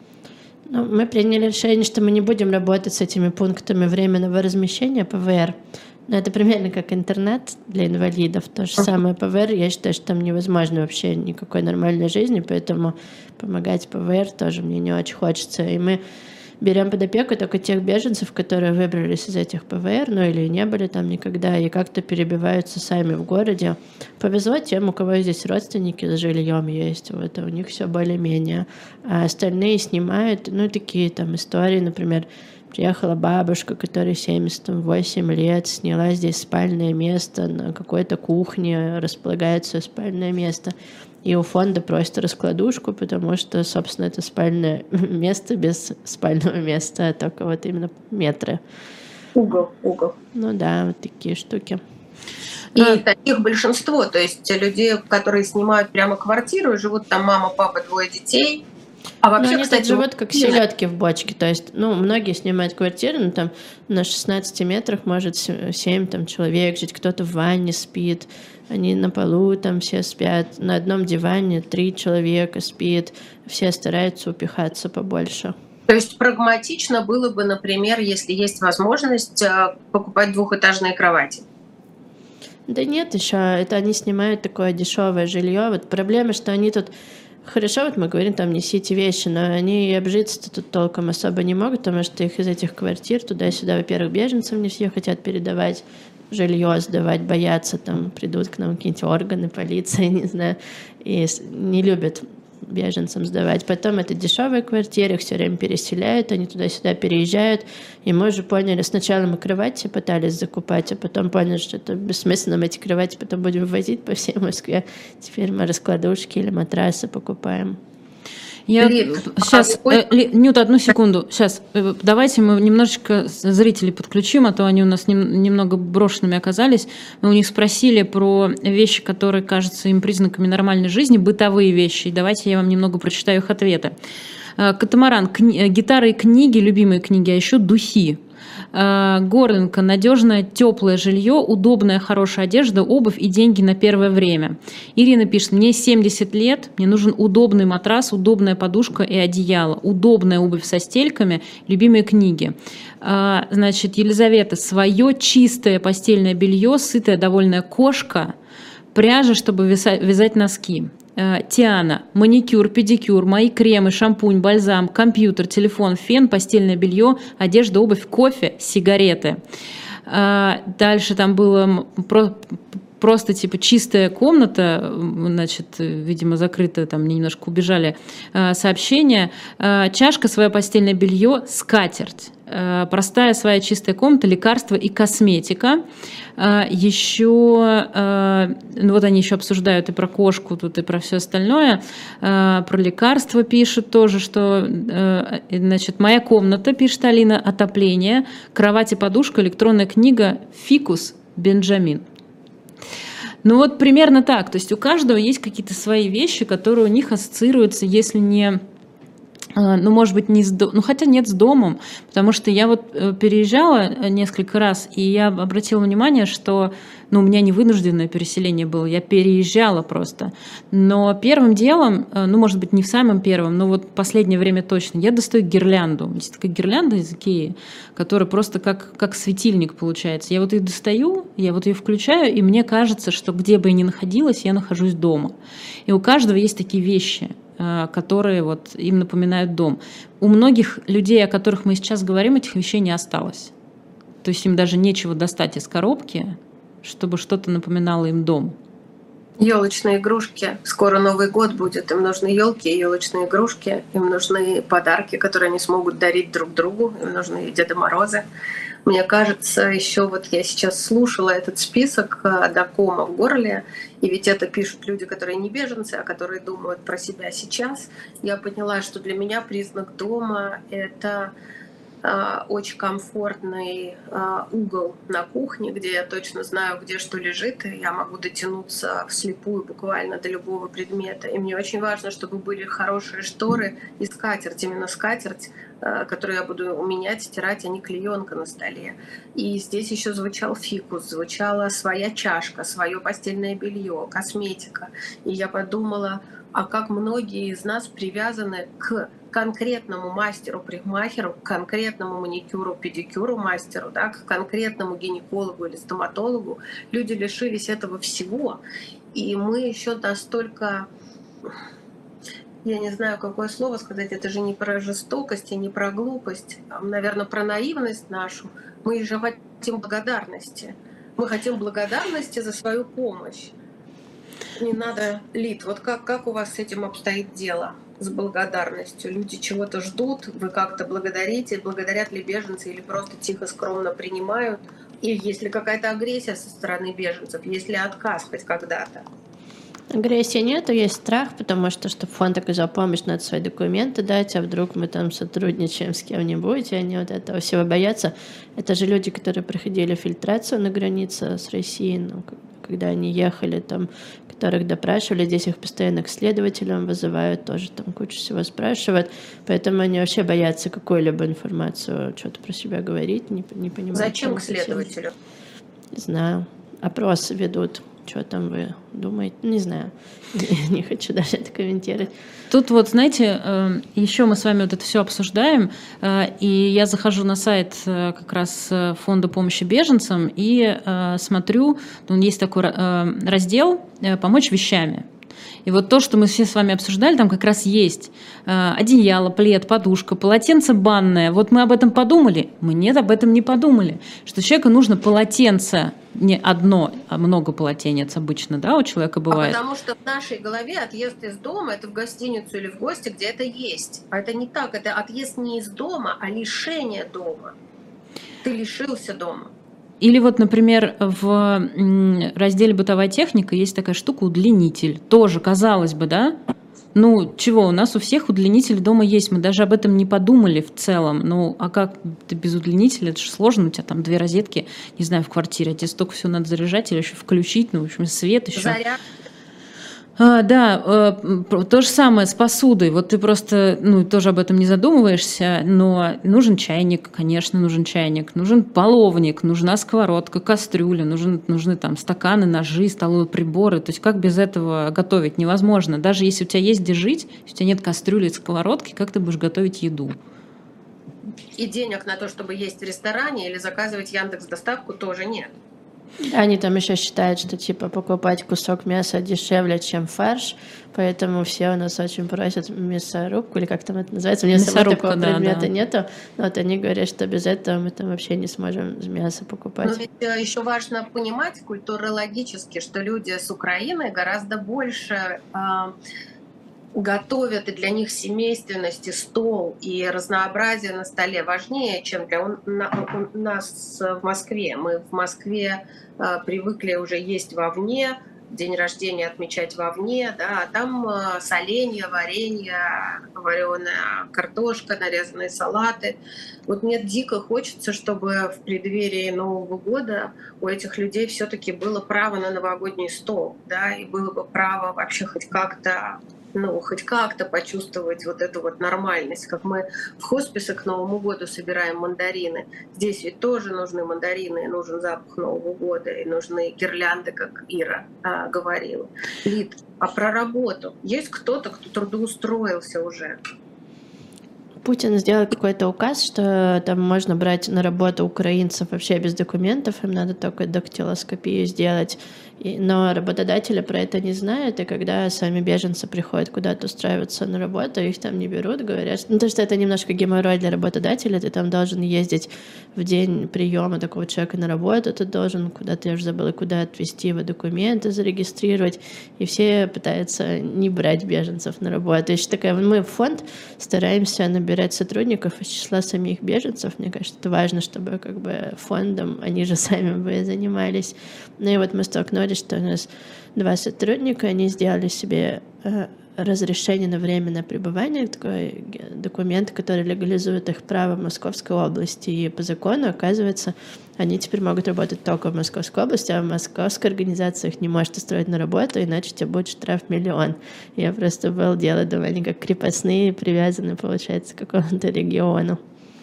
Ну, мы приняли решение, что мы не будем работать с этими пунктами временного размещения ПВР. Но это примерно как интернет для инвалидов. То же самое ПВР. Я считаю, что там невозможно вообще никакой нормальной жизни, поэтому помогать ПВР тоже мне не очень хочется. И мы берем под опеку только тех беженцев, которые выбрались из этих ПВР, ну или не были там никогда, и как-то перебиваются сами в городе. Повезло тем, у кого здесь родственники с жильем есть, вот, у них все более-менее. А остальные снимают, ну, такие там истории, например, приехала бабушка, которой семьдесят восемь лет, сняла здесь спальное место, на какой-то кухне располагается спальное место. И у фонда просят раскладушку, потому что, собственно, это спальное место без спального места, а только вот именно метры. Угол, угол. Ну да, вот такие штуки. И а... таких большинство, то есть людей, которые снимают прямо квартиру, живут там мама, папа, двое детей. А вообще, но они кстати, так живут, как селедки в бочке. То есть, ну, многие снимают квартиры, но там на шестнадцати метрах может семь там, человек жить, кто-то в ванне спит, они на полу там все спят, на одном диване три человека спит, все стараются упихаться побольше. То есть прагматично было бы, например, если есть возможность, покупать двухэтажные кровати? Да нет, еще это они снимают такое дешевое жилье. Вот проблема, что они тут хорошо, вот мы говорим, там, несите вещи, но они и обжиться-то тут толком особо не могут, потому что их из этих квартир туда-сюда, во-первых, беженцам не все хотят передавать, жилье сдавать, боятся, там, придут к нам какие-нибудь органы, полиция, не знаю, и не любят беженцам сдавать. Потом это дешевые квартиры, их все время переселяют, они туда-сюда переезжают, и мы уже поняли, сначала мы кровати пытались закупать, а потом поняли, что это бессмысленно, мы эти кровати потом будем возить по всей Москве. Теперь мы раскладушки или матрасы покупаем. Я сейчас, э, Нют, одну секунду. Сейчас, э, давайте мы немножечко зрителей подключим, а то они у нас нем, немного брошенными оказались. Мы у них спросили про вещи, которые кажутся им признаками нормальной жизни, бытовые вещи. И давайте я вам немного прочитаю их ответы. Э, Катамаран, кни, гитары и книги, любимые книги, а еще духи. Горлинка, надежное, теплое жилье, удобная, хорошая одежда, обувь и деньги на первое время. Ирина пишет, мне семьдесят лет, мне нужен удобный матрас, удобная подушка и одеяло, удобная обувь со стельками, любимые книги. Значит, Елизавета, свое чистое постельное белье, сытая, довольная кошка, пряжа, чтобы вязать носки. Тиана, маникюр, педикюр, мои кремы, шампунь, бальзам, компьютер, телефон, фен, постельное белье, одежда, обувь, кофе, сигареты. Дальше там было про, просто типа чистая комната, значит, видимо, закрытая, там мне немножко убежали э, сообщения, э, чашка, свое постельное белье, скатерть. Простая своя чистая комната, лекарства и косметика. Еще, ну вот они еще обсуждают и про кошку тут, и про все остальное. Про лекарства пишут тоже, что, значит, моя комната, пишет Алина, отопление, кровать и подушка, электронная книга, фикус, Бенджамин. Ну вот примерно так. То есть у каждого есть какие-то свои вещи, которые у них ассоциируются, если не... Ну, может быть, не с домом, ну, хотя нет, с домом, потому что я вот переезжала несколько раз, и я обратила внимание, что, ну, у меня не вынужденное переселение было, я переезжала просто. Но первым делом, ну, может быть, не в самом первом, но вот в последнее время точно, я достаю гирлянду. Есть такая гирлянда из Икеи, которая просто как, как светильник получается. Я вот ее достаю, я вот ее включаю, и мне кажется, что где бы я ни находилась, я нахожусь дома. И у каждого есть такие вещи, которые вот им напоминают дом. У многих людей, о которых мы сейчас говорим, этих вещей не осталось. То есть им даже нечего достать из коробки, чтобы что-то напоминало им дом. Елочные игрушки. Скоро Новый год будет. Им нужны елки и елочные игрушки. Им нужны подарки, которые они смогут дарить друг другу. Им нужны Деда Морозы. Мне кажется, еще вот я сейчас слушала этот список до кома в горле, и ведь это пишут люди, которые не беженцы, а которые думают про себя сейчас. Я поняла, что для меня признак дома — это э, очень комфортный э, угол на кухне, где я точно знаю, где что лежит, и я могу дотянуться вслепую буквально до любого предмета. И мне очень важно, чтобы были хорошие шторы и скатерть, именно скатерть, которую я буду менять, стирать, а не клеенка на столе. И здесь еще звучал фикус, звучала своя чашка, свое постельное белье, косметика. И я подумала, а как многие из нас привязаны к конкретному мастеру-парикмахеру, к конкретному маникюру, педикюру мастеру, да, к конкретному гинекологу или стоматологу. Люди лишились этого всего. И мы еще настолько... Я не знаю, какое слово сказать, это же не про жестокость и не про глупость, а, наверное, про наивность нашу. Мы же хотим благодарности. Мы хотим благодарности за свою помощь. Не надо, Лид, вот как, как у вас с этим обстоит дело, с благодарностью? Люди чего-то ждут, вы как-то благодарите, благодарят ли беженцы или просто тихо, скромно принимают? И есть ли какая-то агрессия со стороны беженцев, есть ли отказ хоть когда-то? Агрессии нету, есть страх, потому что, чтобы фонд оказал помощь, надо свои документы дать, а вдруг мы там сотрудничаем с кем-нибудь, и они вот этого всего боятся. Это же люди, которые проходили фильтрацию на границе с Россией, ну, когда они ехали, там, которых допрашивали, здесь их постоянно к следователям вызывают, тоже там кучу всего спрашивают, поэтому они вообще боятся какую-либо информацию, что-то про себя говорить, не, не понимают. Зачем к следователю? Не знаю. Опросы ведут. Что там вы думаете? Не знаю. Не хочу даже это комментировать. Тут вот, знаете, еще мы с вами вот это все обсуждаем, и я захожу на сайт как раз Фонда помощи беженцам и смотрю, есть такой раздел «Помочь вещами». И вот то, что мы все с вами обсуждали, там как раз есть одеяло, плед, подушка, полотенце банное. Вот мы об этом подумали? Мы нет, об этом не подумали. Что человеку нужно полотенце, не одно, а много полотенец обычно, да, у человека бывает. А потому что в нашей голове отъезд из дома — это в гостиницу или в гости, где это есть. А это не так, это отъезд не из дома, а лишение дома. Ты лишился дома. Или вот, например, в разделе «Бытовая техника» есть такая штука удлинитель. Тоже, казалось бы, да? Ну, чего, у нас у всех удлинитель дома есть, мы даже об этом не подумали в целом. Ну, а как ты без удлинителя? Это же сложно, у тебя там две розетки, не знаю, в квартире, а тебе столько всего надо заряжать или еще включить, ну, в общем, свет еще. Заряд. А, да, то же самое с посудой. Вот ты просто, ну, тоже об этом не задумываешься, но нужен чайник, конечно, нужен чайник, нужен половник, нужна сковородка, кастрюля, нужен, нужны там стаканы, ножи, столовые приборы. То есть как без этого готовить невозможно. Даже если у тебя есть где жить, если у тебя нет кастрюли и сковородки, как ты будешь готовить еду? И денег на то, чтобы есть в ресторане или заказывать Яндекс.Доставку, тоже нет. Они там еще считают, что типа покупать кусок мяса дешевле, чем фарш, поэтому все у нас очень просят мясорубку, или как там это называется. У меня самого такого Мясорубка, да, предмета да. нету, но вот они говорят, что без этого мы там вообще не сможем мясо Но покупать. ведь э, еще важно понимать культурологически, что люди с Украины гораздо больше а, готовят, и для них семейственность и стол и разнообразие на столе важнее, чем для у на- у нас в Москве. Мы в Москве а, привыкли уже есть вовне, день рождения отмечать вовне, да, а там а, соленья, варенье, вареная картошка, нарезанные салаты. Вот мне дико хочется, чтобы в преддверии Нового года у этих людей все-таки было право на новогодний стол, да, и было бы право вообще хоть как-то ну, хоть как-то почувствовать вот эту вот нормальность, как мы в хосписы к Новому году собираем мандарины. Здесь ведь тоже нужны мандарины, и нужен запах Нового года, и нужны гирлянды, как Ира а, говорила. Лид, а про работу? Есть кто-то, кто трудоустроился уже? Путин сделал какой-то указ, что там можно брать на работу украинцев вообще без документов, им надо только дактилоскопию сделать. И, но работодатели про это не знают, и когда сами беженцы приходят куда-то устраиваться на работу, их там не берут, говорят, ну то, что это немножко геморрой для работодателя, ты там должен ездить в день приема такого человека на работу, ты должен куда-то, я уже забыла, куда отвезти его документы, зарегистрировать, и все пытаются не брать беженцев на работу. Еще такая, мы в фонд стараемся набирать сотрудников из числа самих беженцев, мне кажется, это важно, чтобы как бы фондом они же сами бы занимались. Ну и вот мы столкнулись, что у нас два сотрудника, они сделали себе э, разрешение на временное пребывание, такой документ, который легализует их право в Московской области. И по закону, оказывается, они теперь могут работать только в Московской области, а московская организация их не может устроить на работу, иначе тебе будет штраф миллион. Я просто обалдела, думаю, они как крепостные, привязаны, получается, к какому-то региону.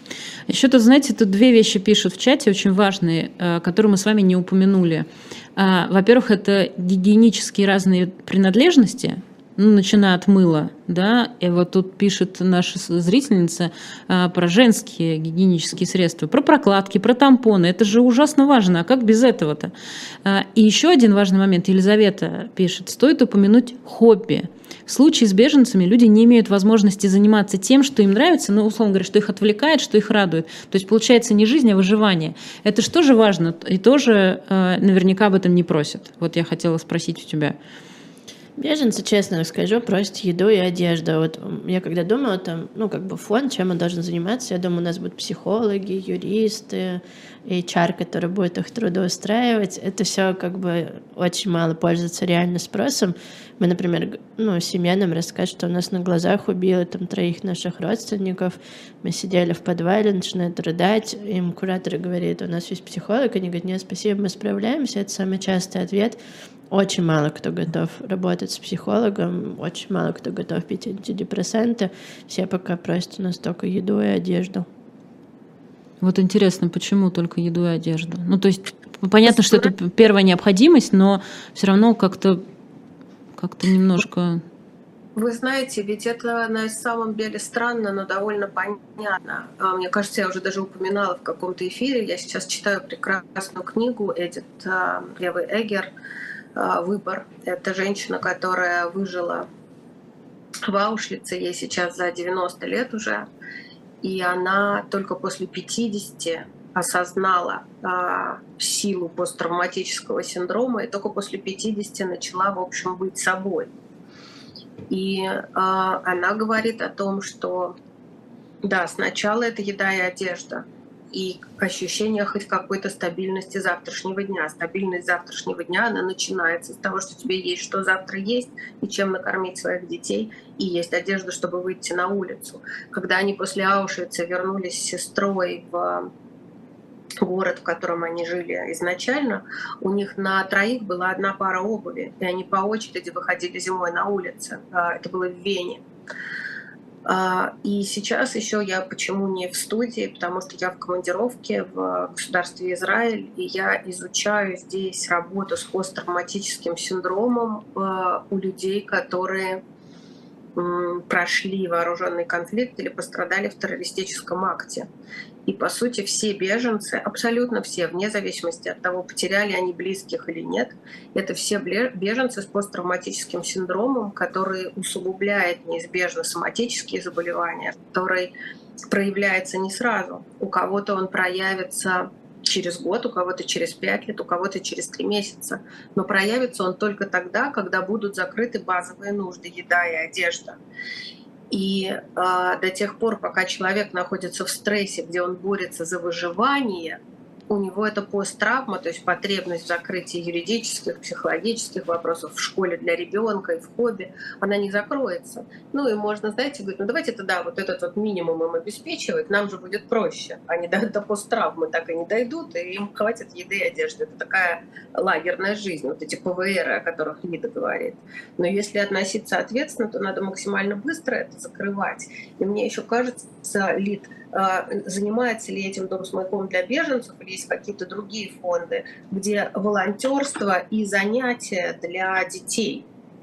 Еще тут, знаете, тут две вещи пишут в чате, очень важные, которые мы с вами не упомянули. Во-первых, это гигиенические разные принадлежности, ну, начиная от мыла, да, и вот тут пишет наша зрительница а, про женские гигиенические средства, про прокладки, про тампоны, это же ужасно важно, а как без этого-то? А, и еще один важный момент, Елизавета пишет, стоит упомянуть хобби. В случае с беженцами люди не имеют возможности заниматься тем, что им нравится, ну, условно говоря, что их отвлекает, что их радует. То есть получается не жизнь, а выживание. Это же тоже важно, и тоже а, наверняка об этом не просят. Вот я хотела спросить у тебя. Беженцы, честно расскажу, просят еду и одежду. Вот я когда думала, там, ну, как бы фонд, чем он должен заниматься, я думаю, у нас будут психологи, юристы, эйч ар, который будет их трудоустраивать. Это все как бы очень мало пользуется реально спросом. Мы, например, ну, семья нам расскажет, что у нас на глазах убило там троих наших родственников. Мы сидели в подвале, начинают рыдать. Им куратор говорит, у нас есть психолог. Они говорят, нет, спасибо, мы справляемся. Это самый частый ответ. Очень мало кто готов работать с психологом, очень мало кто готов пить антидепрессанты. Все пока просят у нас только еду и одежду. Вот интересно, почему только еду и одежду? Ну, то есть, понятно, что это первая необходимость, но все равно как-то как-то немножко... Вы знаете, ведь это на самом деле странно, но довольно понятно. Мне кажется, я уже даже упоминала в каком-то эфире. Я сейчас читаю прекрасную книгу Эдит Евы Эггер «Выбор». Это женщина, которая выжила в Аушлице, ей сейчас за девяносто лет уже, и она только после пятидесяти осознала а, силу посттравматического синдрома, и только после пятидесяти начала, в общем, быть собой. И а, она говорит о том, что да, сначала это еда и одежда, и ощущение хоть какой-то стабильности завтрашнего дня. Стабильность завтрашнего дня, она начинается с того, что тебе есть что завтра есть, и чем накормить своих детей, и есть одежда, чтобы выйти на улицу. Когда они после Аушвица вернулись с сестрой в город, в котором они жили изначально, у них на троих была одна пара обуви, и они по очереди выходили зимой на улицы. Это было в Вене. И сейчас еще я почему не в студии, потому что я в командировке в государстве Израиль, и я изучаю здесь работу с посттравматическим синдромом у людей, которые прошли вооруженный конфликт или пострадали в террористическом акте. И, по сути, все беженцы, абсолютно все, вне зависимости от того, потеряли они близких или нет, это все беженцы с посттравматическим синдромом, который усугубляет неизбежно соматические заболевания, который проявляется не сразу. У кого-то он проявится через год, у кого-то через пять лет, у кого-то через три месяца. Но проявится он только тогда, когда будут закрыты базовые нужды, еда и одежда. И э, до тех пор, пока человек находится в стрессе, где он борется за выживание, у него это посттравма, то есть потребность в закрытии юридических, психологических вопросов в школе для ребенка и в хобби, она не закроется. Ну и можно, знаете, говорить, ну давайте тогда вот этот вот минимум им обеспечивать, нам же будет проще. Они до, до посттравмы так и не дойдут, и им хватит еды и одежды. Это такая лагерная жизнь, вот эти ПВРы, о которых Лида говорит. Но если относиться ответственно, то надо максимально быстро это закрывать. И мне еще кажется, Лид, занимается ли этим Дом с маяком для беженцев, или есть какие-то другие фонды, где волонтерство и занятия для детей?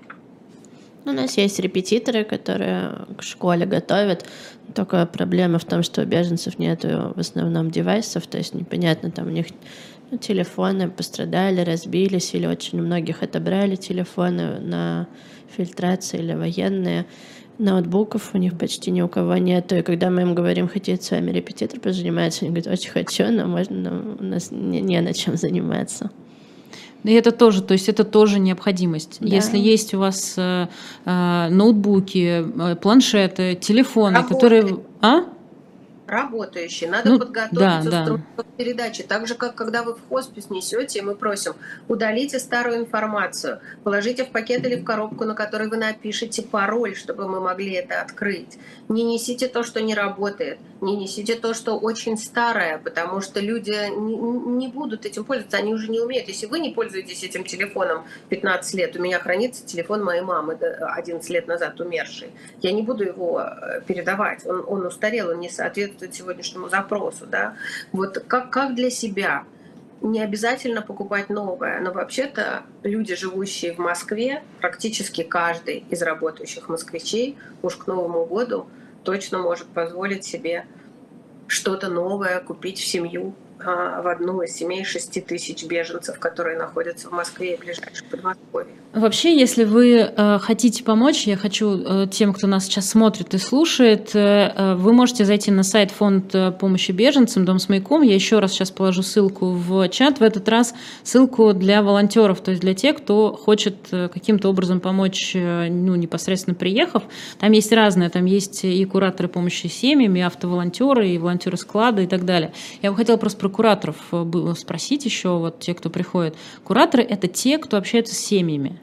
У нас есть репетиторы, которые к школе готовят. Только проблема в том, что у беженцев нет в основном девайсов, то есть непонятно, там у них ну, телефоны пострадали, разбились, или очень у многих отобрали телефоны на фильтрации или военные. Ноутбуков у них почти ни у кого нет. И когда мы им говорим, хотите с вами репетитор позаниматься, они говорят, очень хочу, но можно, но у нас не, не на чем заниматься. И это тоже, то есть это тоже необходимость. Да. Если есть у вас э, э, ноутбуки, э, планшеты, телефоны, Работает. которые... А? Работающие. Надо ну, подготовить да, инструмент да. передачи. Так же, как когда вы в хоспис несете, и мы просим, удалите старую информацию, положите в пакет или в коробку, на которой вы напишите пароль, чтобы мы могли это открыть. Не несите то, что не работает, не несите то, что очень старое, потому что люди не, не будут этим пользоваться, они уже не умеют. Если вы не пользуетесь этим телефоном пятнадцать лет, у меня хранится телефон моей мамы, одиннадцать лет назад умершей, я не буду его передавать, он, он устарел, он не соответствует сегодняшнему запросу, да, вот как, как для себя. Не обязательно покупать новое, но вообще-то люди, живущие в Москве, практически каждый из работающих москвичей уж к Новому году точно может позволить себе что-то новое купить в семью, в одну из семей шести тысяч беженцев, которые находятся в Москве и ближайшем Подмосковье. Вообще, если вы э, хотите помочь, я хочу э, тем, кто нас сейчас смотрит и слушает, э, вы можете зайти на сайт Фонда помощи беженцам «Дом с маяком». Я еще раз сейчас положу ссылку в чат. В этот раз ссылку для волонтеров, то есть для тех, кто хочет э, каким-то образом помочь, э, ну, непосредственно приехав. Там есть разные, там есть и кураторы помощи семьям, и автоволонтеры, и волонтеры склада и так далее. Я бы хотела просто про кураторов было спросить еще, вот те, кто приходит. Кураторы — это те, кто общаются с семьями.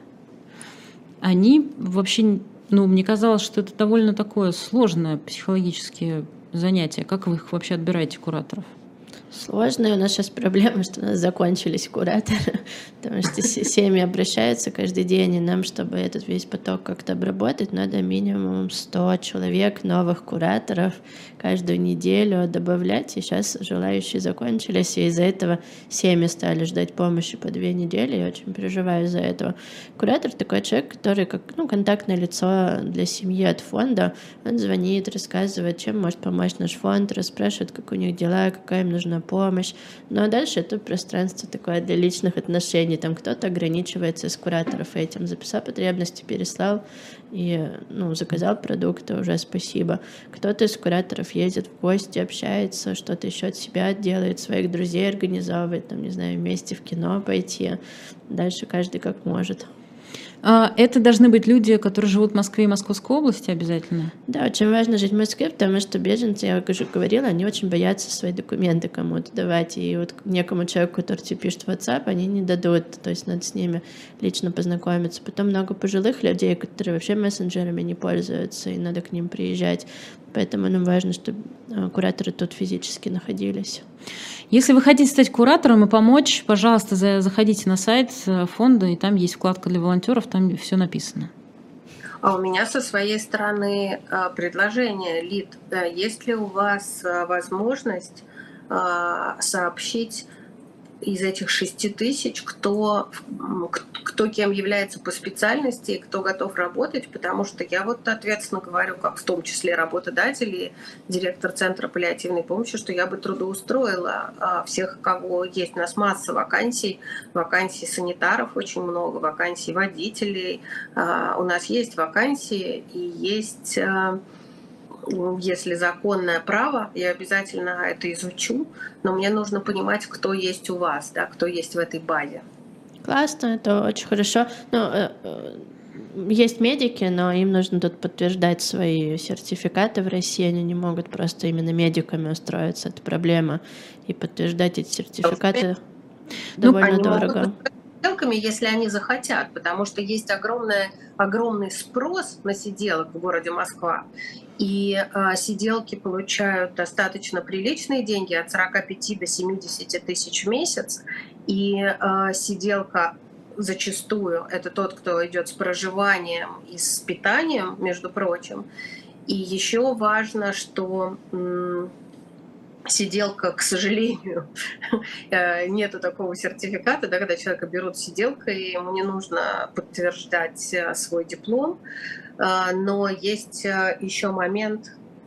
Они вообще, ну, мне казалось, что это довольно такое сложное психологическое занятие. Как вы их вообще отбираете, кураторов? Сложно. У нас сейчас проблема, что у нас закончились кураторы, потому что семьи обращаются каждый день, и нам, чтобы этот весь поток как-то обработать, надо минимум сто человек, новых кураторов каждую неделю добавлять. И сейчас желающие закончились, и из-за этого семьи стали ждать помощи по две недели. Я очень переживаю из-за этого. Куратор такой человек, который как ну, контактное лицо для семьи от фонда. Он звонит, рассказывает, чем может помочь наш фонд, расспрашивает, как у них дела, какая им нужна помощь. Ну а дальше это пространство такое для личных отношений. Там кто-то ограничивается из кураторов этим. Записал потребности, переслал и ну, заказал продукты, уже спасибо. Кто-то из кураторов ездит в гости, общается, что-то еще от себя делает, своих друзей организовывает, там, не знаю, вместе в кино пойти. Дальше каждый как может. Это должны быть люди, которые живут в Москве и Московской области обязательно? Да, очень важно жить в Москве, потому что беженцы, я уже говорила, они очень боятся свои документы кому-то давать. И вот некому человеку, который тебе пишет в WhatsApp, они не дадут. То есть надо с ними лично познакомиться. Потом много пожилых людей, которые вообще мессенджерами не пользуются, и надо к ним приезжать. Поэтому нам важно, чтобы кураторы тут физически находились. Если вы хотите стать куратором и помочь, пожалуйста, заходите на сайт фонда, и там есть вкладка для волонтеров, там все написано. А у меня со своей стороны предложение, Лид. Есть ли у вас возможность сообщить из этих шести тысяч, кто, кто кем является по специальности и кто готов работать, потому что я вот ответственно говорю, как в том числе работодатель и директор Центра паллиативной помощи, что я бы трудоустроила всех, кого есть. У нас масса вакансий, вакансий санитаров очень много, вакансий водителей. У нас есть вакансии и есть... Если законное право, я обязательно это изучу, но мне нужно понимать, кто есть у вас, да, кто есть в этой базе. Классно, это очень хорошо. Ну, есть медики, но им нужно тут подтверждать свои сертификаты в России, они не могут просто именно медиками устроиться, это проблема. И подтверждать эти сертификаты ну, довольно дорого. Сиделками, если они захотят, потому что есть огромный, огромный спрос на сиделок в городе Москва, и э, сиделки получают достаточно приличные деньги, от сорока пяти до семидесяти тысяч в месяц, и э, сиделка зачастую это тот, кто идет с проживанием и с питанием, между прочим. И еще важно, что... М- Сиделка, к сожалению, нету такого сертификата, да, когда человека берут сиделкой, ему не нужно подтверждать свой диплом, но есть еще момент,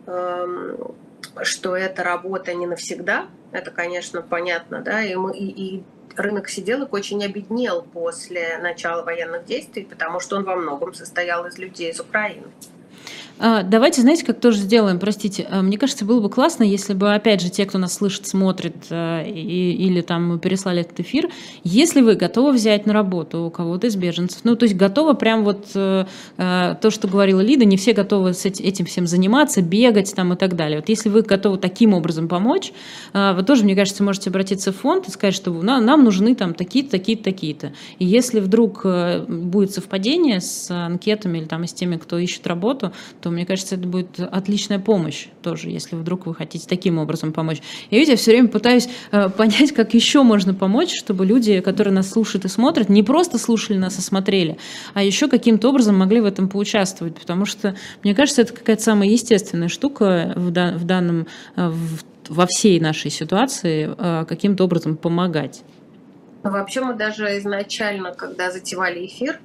что эта работа не навсегда, это, конечно, понятно, да, и, мы, и, и рынок сиделок очень обеднел после начала военных действий, потому что он во многом состоял из людей из Украины. Давайте, знаете, как тоже сделаем, простите, мне кажется, было бы классно, если бы, опять же, те, кто нас слышит, смотрит, и, или там мы переслали этот эфир, если вы готовы взять на работу кого-то из беженцев, ну, то есть готовы прям вот то, что говорила Лида, не все готовы с этим всем заниматься, бегать там и так далее. Вот если вы готовы таким образом помочь, вы тоже, мне кажется, можете обратиться в фонд и сказать, что нам нужны там такие-то, такие-то, такие-то. И если вдруг будет совпадение с анкетами или там и с теми, кто ищет работу, то, мне кажется, это будет отличная помощь тоже, если вдруг вы хотите таким образом помочь. Я, видите, я все время пытаюсь э, понять, как еще можно помочь, чтобы люди, которые нас слушают и смотрят, не просто слушали нас и смотрели, а еще каким-то образом могли в этом поучаствовать, потому что, мне кажется, это какая-то самая естественная штука в, да, в данном, э, в, во всей нашей ситуации э, каким-то образом помогать. Вообще мы даже изначально, когда затевали эфир,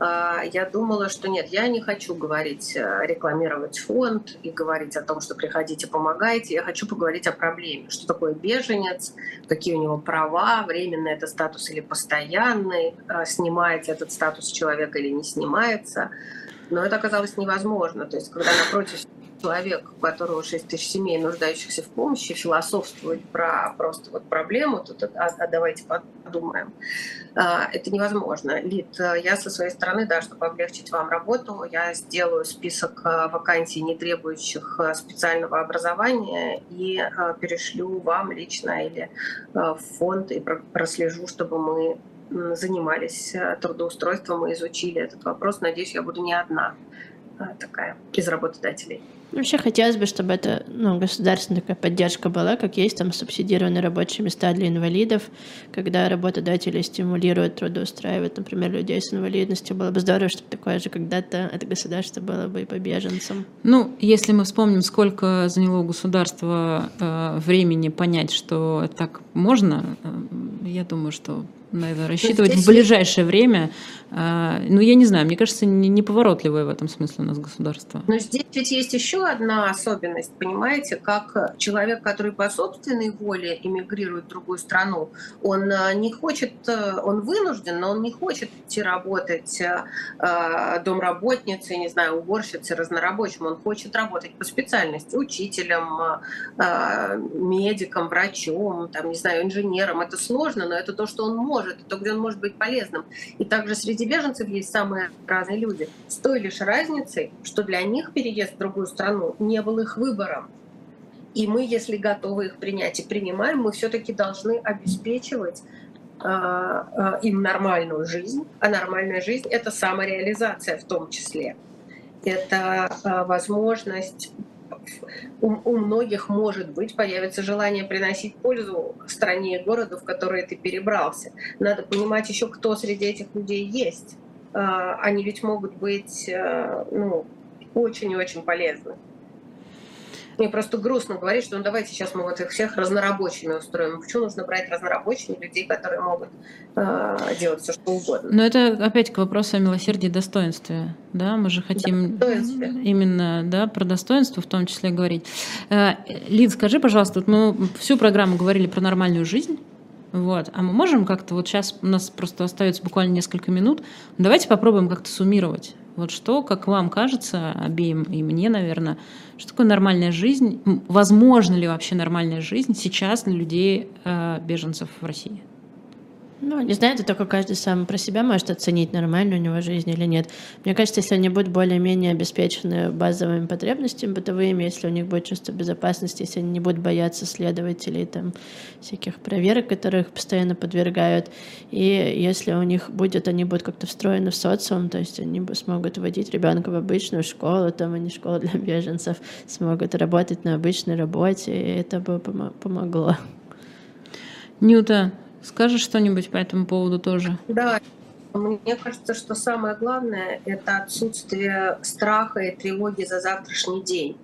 я думала, что нет, я не хочу говорить, рекламировать фонд и говорить о том, что приходите, помогайте. Я хочу поговорить о проблеме. Что такое беженец, какие у него права, временный это статус или постоянный, снимается этот статус человека или не снимается. Но это оказалось невозможно. То есть, когда напротив человек, у которого шесть тысяч семей, нуждающихся в помощи, философствовать про просто вот проблему, тут, а, а давайте подумаем, это невозможно. Лид, я со своей стороны, да, чтобы облегчить вам работу, я сделаю список вакансий, не требующих специального образования, и перешлю вам лично или в фонд, и прослежу, чтобы мы занимались трудоустройством и изучили этот вопрос. Надеюсь, я буду не одна такая из работодателей. Вообще хотелось бы, чтобы это ну, государственная такая поддержка была, как есть там субсидированные рабочие места для инвалидов, когда работодатели стимулируют трудоустраивать, например, людей с инвалидностью. Было бы здорово, чтобы такое же когда-то это государство было бы и по беженцам. Ну, если мы вспомним, сколько заняло у государства э, времени понять, что так можно, э, я думаю, что наверное, рассчитывать в ближайшее время, ну, я не знаю, мне кажется, неповоротливое в этом смысле у нас государство. Но здесь ведь есть еще одна особенность, понимаете, как человек, который по собственной воле эмигрирует в другую страну, он не хочет, он вынужден, но он не хочет идти работать домработницей, не знаю, уборщицей, разнорабочим, он хочет работать по специальности, учителем, медиком, врачом, там, не знаю, инженером. Это сложно, но это то, что он может. То, где он может быть полезным. И также среди беженцев есть самые разные люди. С той лишь разницей, что для них переезд в другую страну не был их выбором. И мы, если готовы их принять и принимаем, мы все-таки должны обеспечивать э, э, им нормальную жизнь. А нормальная жизнь — это самореализация в том числе. Это э, возможность... У, у многих, может быть, появится желание приносить пользу стране и городу, в который ты перебрался. Надо понимать еще, кто среди этих людей есть. Они ведь могут быть ну, очень и очень полезны. Мне просто грустно говорить, что ну давайте сейчас мы вот их всех разнорабочими устроим. Почему нужно брать разнорабочими людей, которые могут э, делать все, что угодно? Но это опять к вопросу о милосердии и достоинстве. Да? Мы же хотим Да, именно да, про достоинство в том числе говорить. Лин, скажи, пожалуйста, вот мы всю программу говорили про нормальную жизнь. Вот. А мы можем как-то, вот сейчас у нас просто остается буквально несколько минут, давайте попробуем как-то суммировать. Вот что, как вам кажется, обеим и мне, наверное, что такое нормальная жизнь, возможно ли вообще нормальная жизнь сейчас для людей, э, беженцев в России? Ну, не знаю, это только каждый сам про себя может оценить, нормально у него жизнь или нет. Мне кажется, если они будут более-менее обеспечены базовыми потребностями бытовыми, если у них будет чувство безопасности, если они не будут бояться следователей, там, всяких проверок, которые их постоянно подвергают, и если у них будет, они будут как-то встроены в социум, то есть они смогут водить ребенка в обычную школу, там, а не школу для беженцев, смогут работать на обычной работе, и это бы помогло. Нюта, скажешь что-нибудь по этому поводу тоже? Да, мне кажется, что самое главное — это отсутствие страха и тревоги за завтрашний день.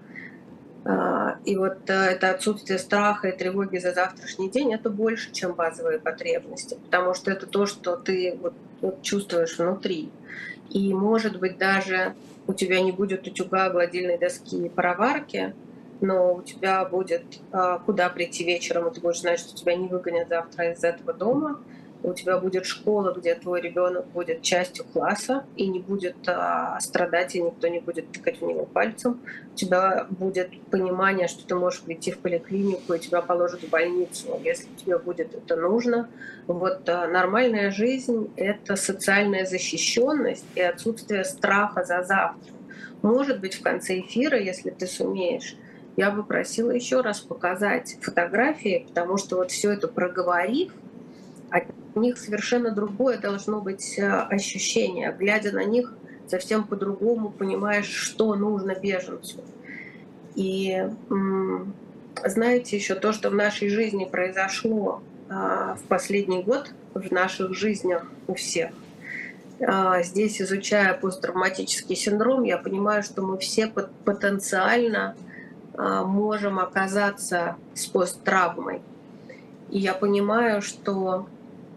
И вот это отсутствие страха и тревоги за завтрашний день — это больше, чем базовые потребности, потому что это то, что ты вот, вот чувствуешь внутри. И, может быть, даже у тебя не будет утюга, гладильной доски и пароварки, но у тебя будет а, куда прийти вечером, и ты будешь знать, что тебя не выгонят завтра из этого дома. У тебя будет школа, где твой ребенок будет частью класса и не будет а, страдать, и никто не будет тыкать в него пальцем. У тебя будет понимание, что ты можешь прийти в поликлинику, и тебя положат в больницу, если тебе будет это нужно. Вот а, нормальная жизнь — это социальная защищенность и отсутствие страха за завтра. Может быть, в конце эфира, если ты сумеешь, я бы просила еще раз показать фотографии, потому что вот все это проговорив, от них совершенно другое должно быть ощущение. Глядя на них, совсем по-другому понимаешь, что нужно беженцу. И знаете, еще то, что в нашей жизни произошло в последний год, в наших жизнях у всех. Здесь, изучая посттравматический синдром, я понимаю, что мы все потенциально можем оказаться с посттравмой. И я понимаю, что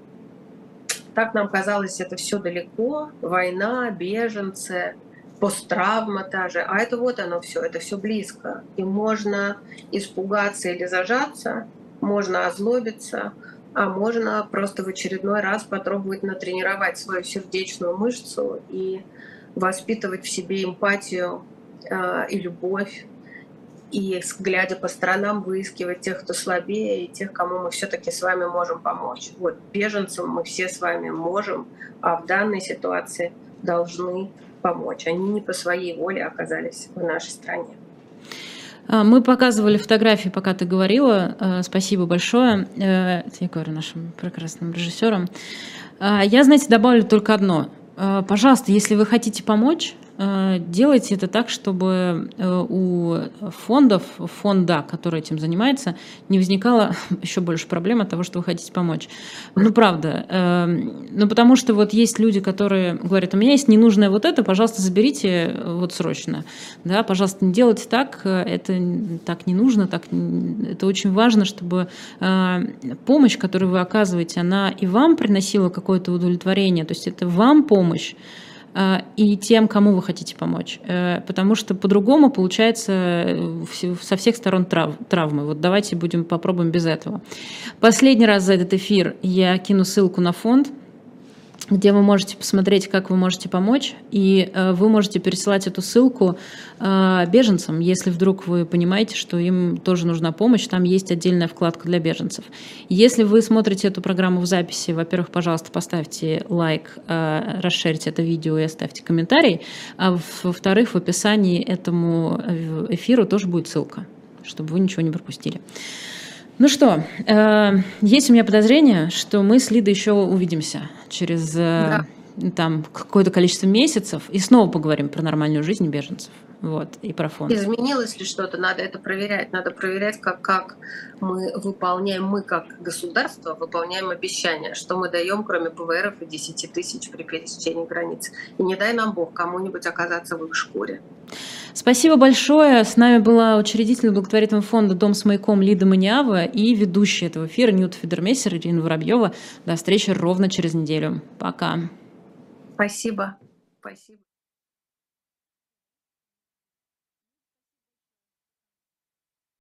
так нам казалось, это все далеко, война, беженцы, посттравма та же, а это вот оно все, это все близко. И можно испугаться или зажаться, можно озлобиться, а можно просто в очередной раз попробовать натренировать свою сердечную мышцу и воспитывать в себе эмпатию э, и любовь, и, глядя по сторонам, выискивать тех, кто слабее, и тех, кому мы все-таки с вами можем помочь. Вот беженцам мы все с вами можем, а в данной ситуации должны помочь. Они не по своей воле оказались в нашей стране. Мы показывали фотографии, пока ты говорила. Спасибо большое. Я говорю нашим прекрасным режиссерам. Я, знаете, добавлю только одно. Пожалуйста, если вы хотите помочь, делайте это так, чтобы у фондов, фонда, который этим занимается, не возникало еще больше проблем от того, что вы хотите помочь. Ну, правда. Ну, потому что вот есть люди, которые говорят, у меня есть ненужное вот это, пожалуйста, заберите вот срочно. Да, пожалуйста, не делайте так, это так не нужно, так, это очень важно, чтобы помощь, которую вы оказываете, она и вам приносила какое-то удовлетворение, то есть это вам помощь, и тем, кому вы хотите помочь. Потому что по-другому получается со всех сторон трав, травмы. Вот давайте будем попробуем без этого. Последний раз за этот эфир я кину ссылку на фонд, где вы можете посмотреть, как вы можете помочь, и э, вы можете пересылать эту ссылку э, беженцам, если вдруг вы понимаете, что им тоже нужна помощь, там есть отдельная вкладка для беженцев. Если вы смотрите эту программу в записи, во-первых, пожалуйста, поставьте лайк, э, расширьте это видео и оставьте комментарий, а во-вторых, в описании этому эфиру тоже будет ссылка, чтобы вы ничего не пропустили. Ну что, э, есть у меня подозрение, что мы с Лидой еще увидимся через э, да. там какое-то количество месяцев и снова поговорим про нормальную жизнь беженцев. Вот, и про фонд. Изменилось ли что-то? Надо это проверять. Надо проверять, как, как мы выполняем, мы как государство выполняем обещания, что мы даем, кроме ПВРов и десяти тысяч при пересечении границ. И не дай нам Бог кому-нибудь оказаться в их шкуре. Спасибо большое. С нами была учредитель благотворительного фонда «Дом с маяком» Лида Манява и ведущая этого эфира Нюта Федермессер, Ирина Воробьева. До встречи ровно через неделю. Пока. Спасибо. Спасибо.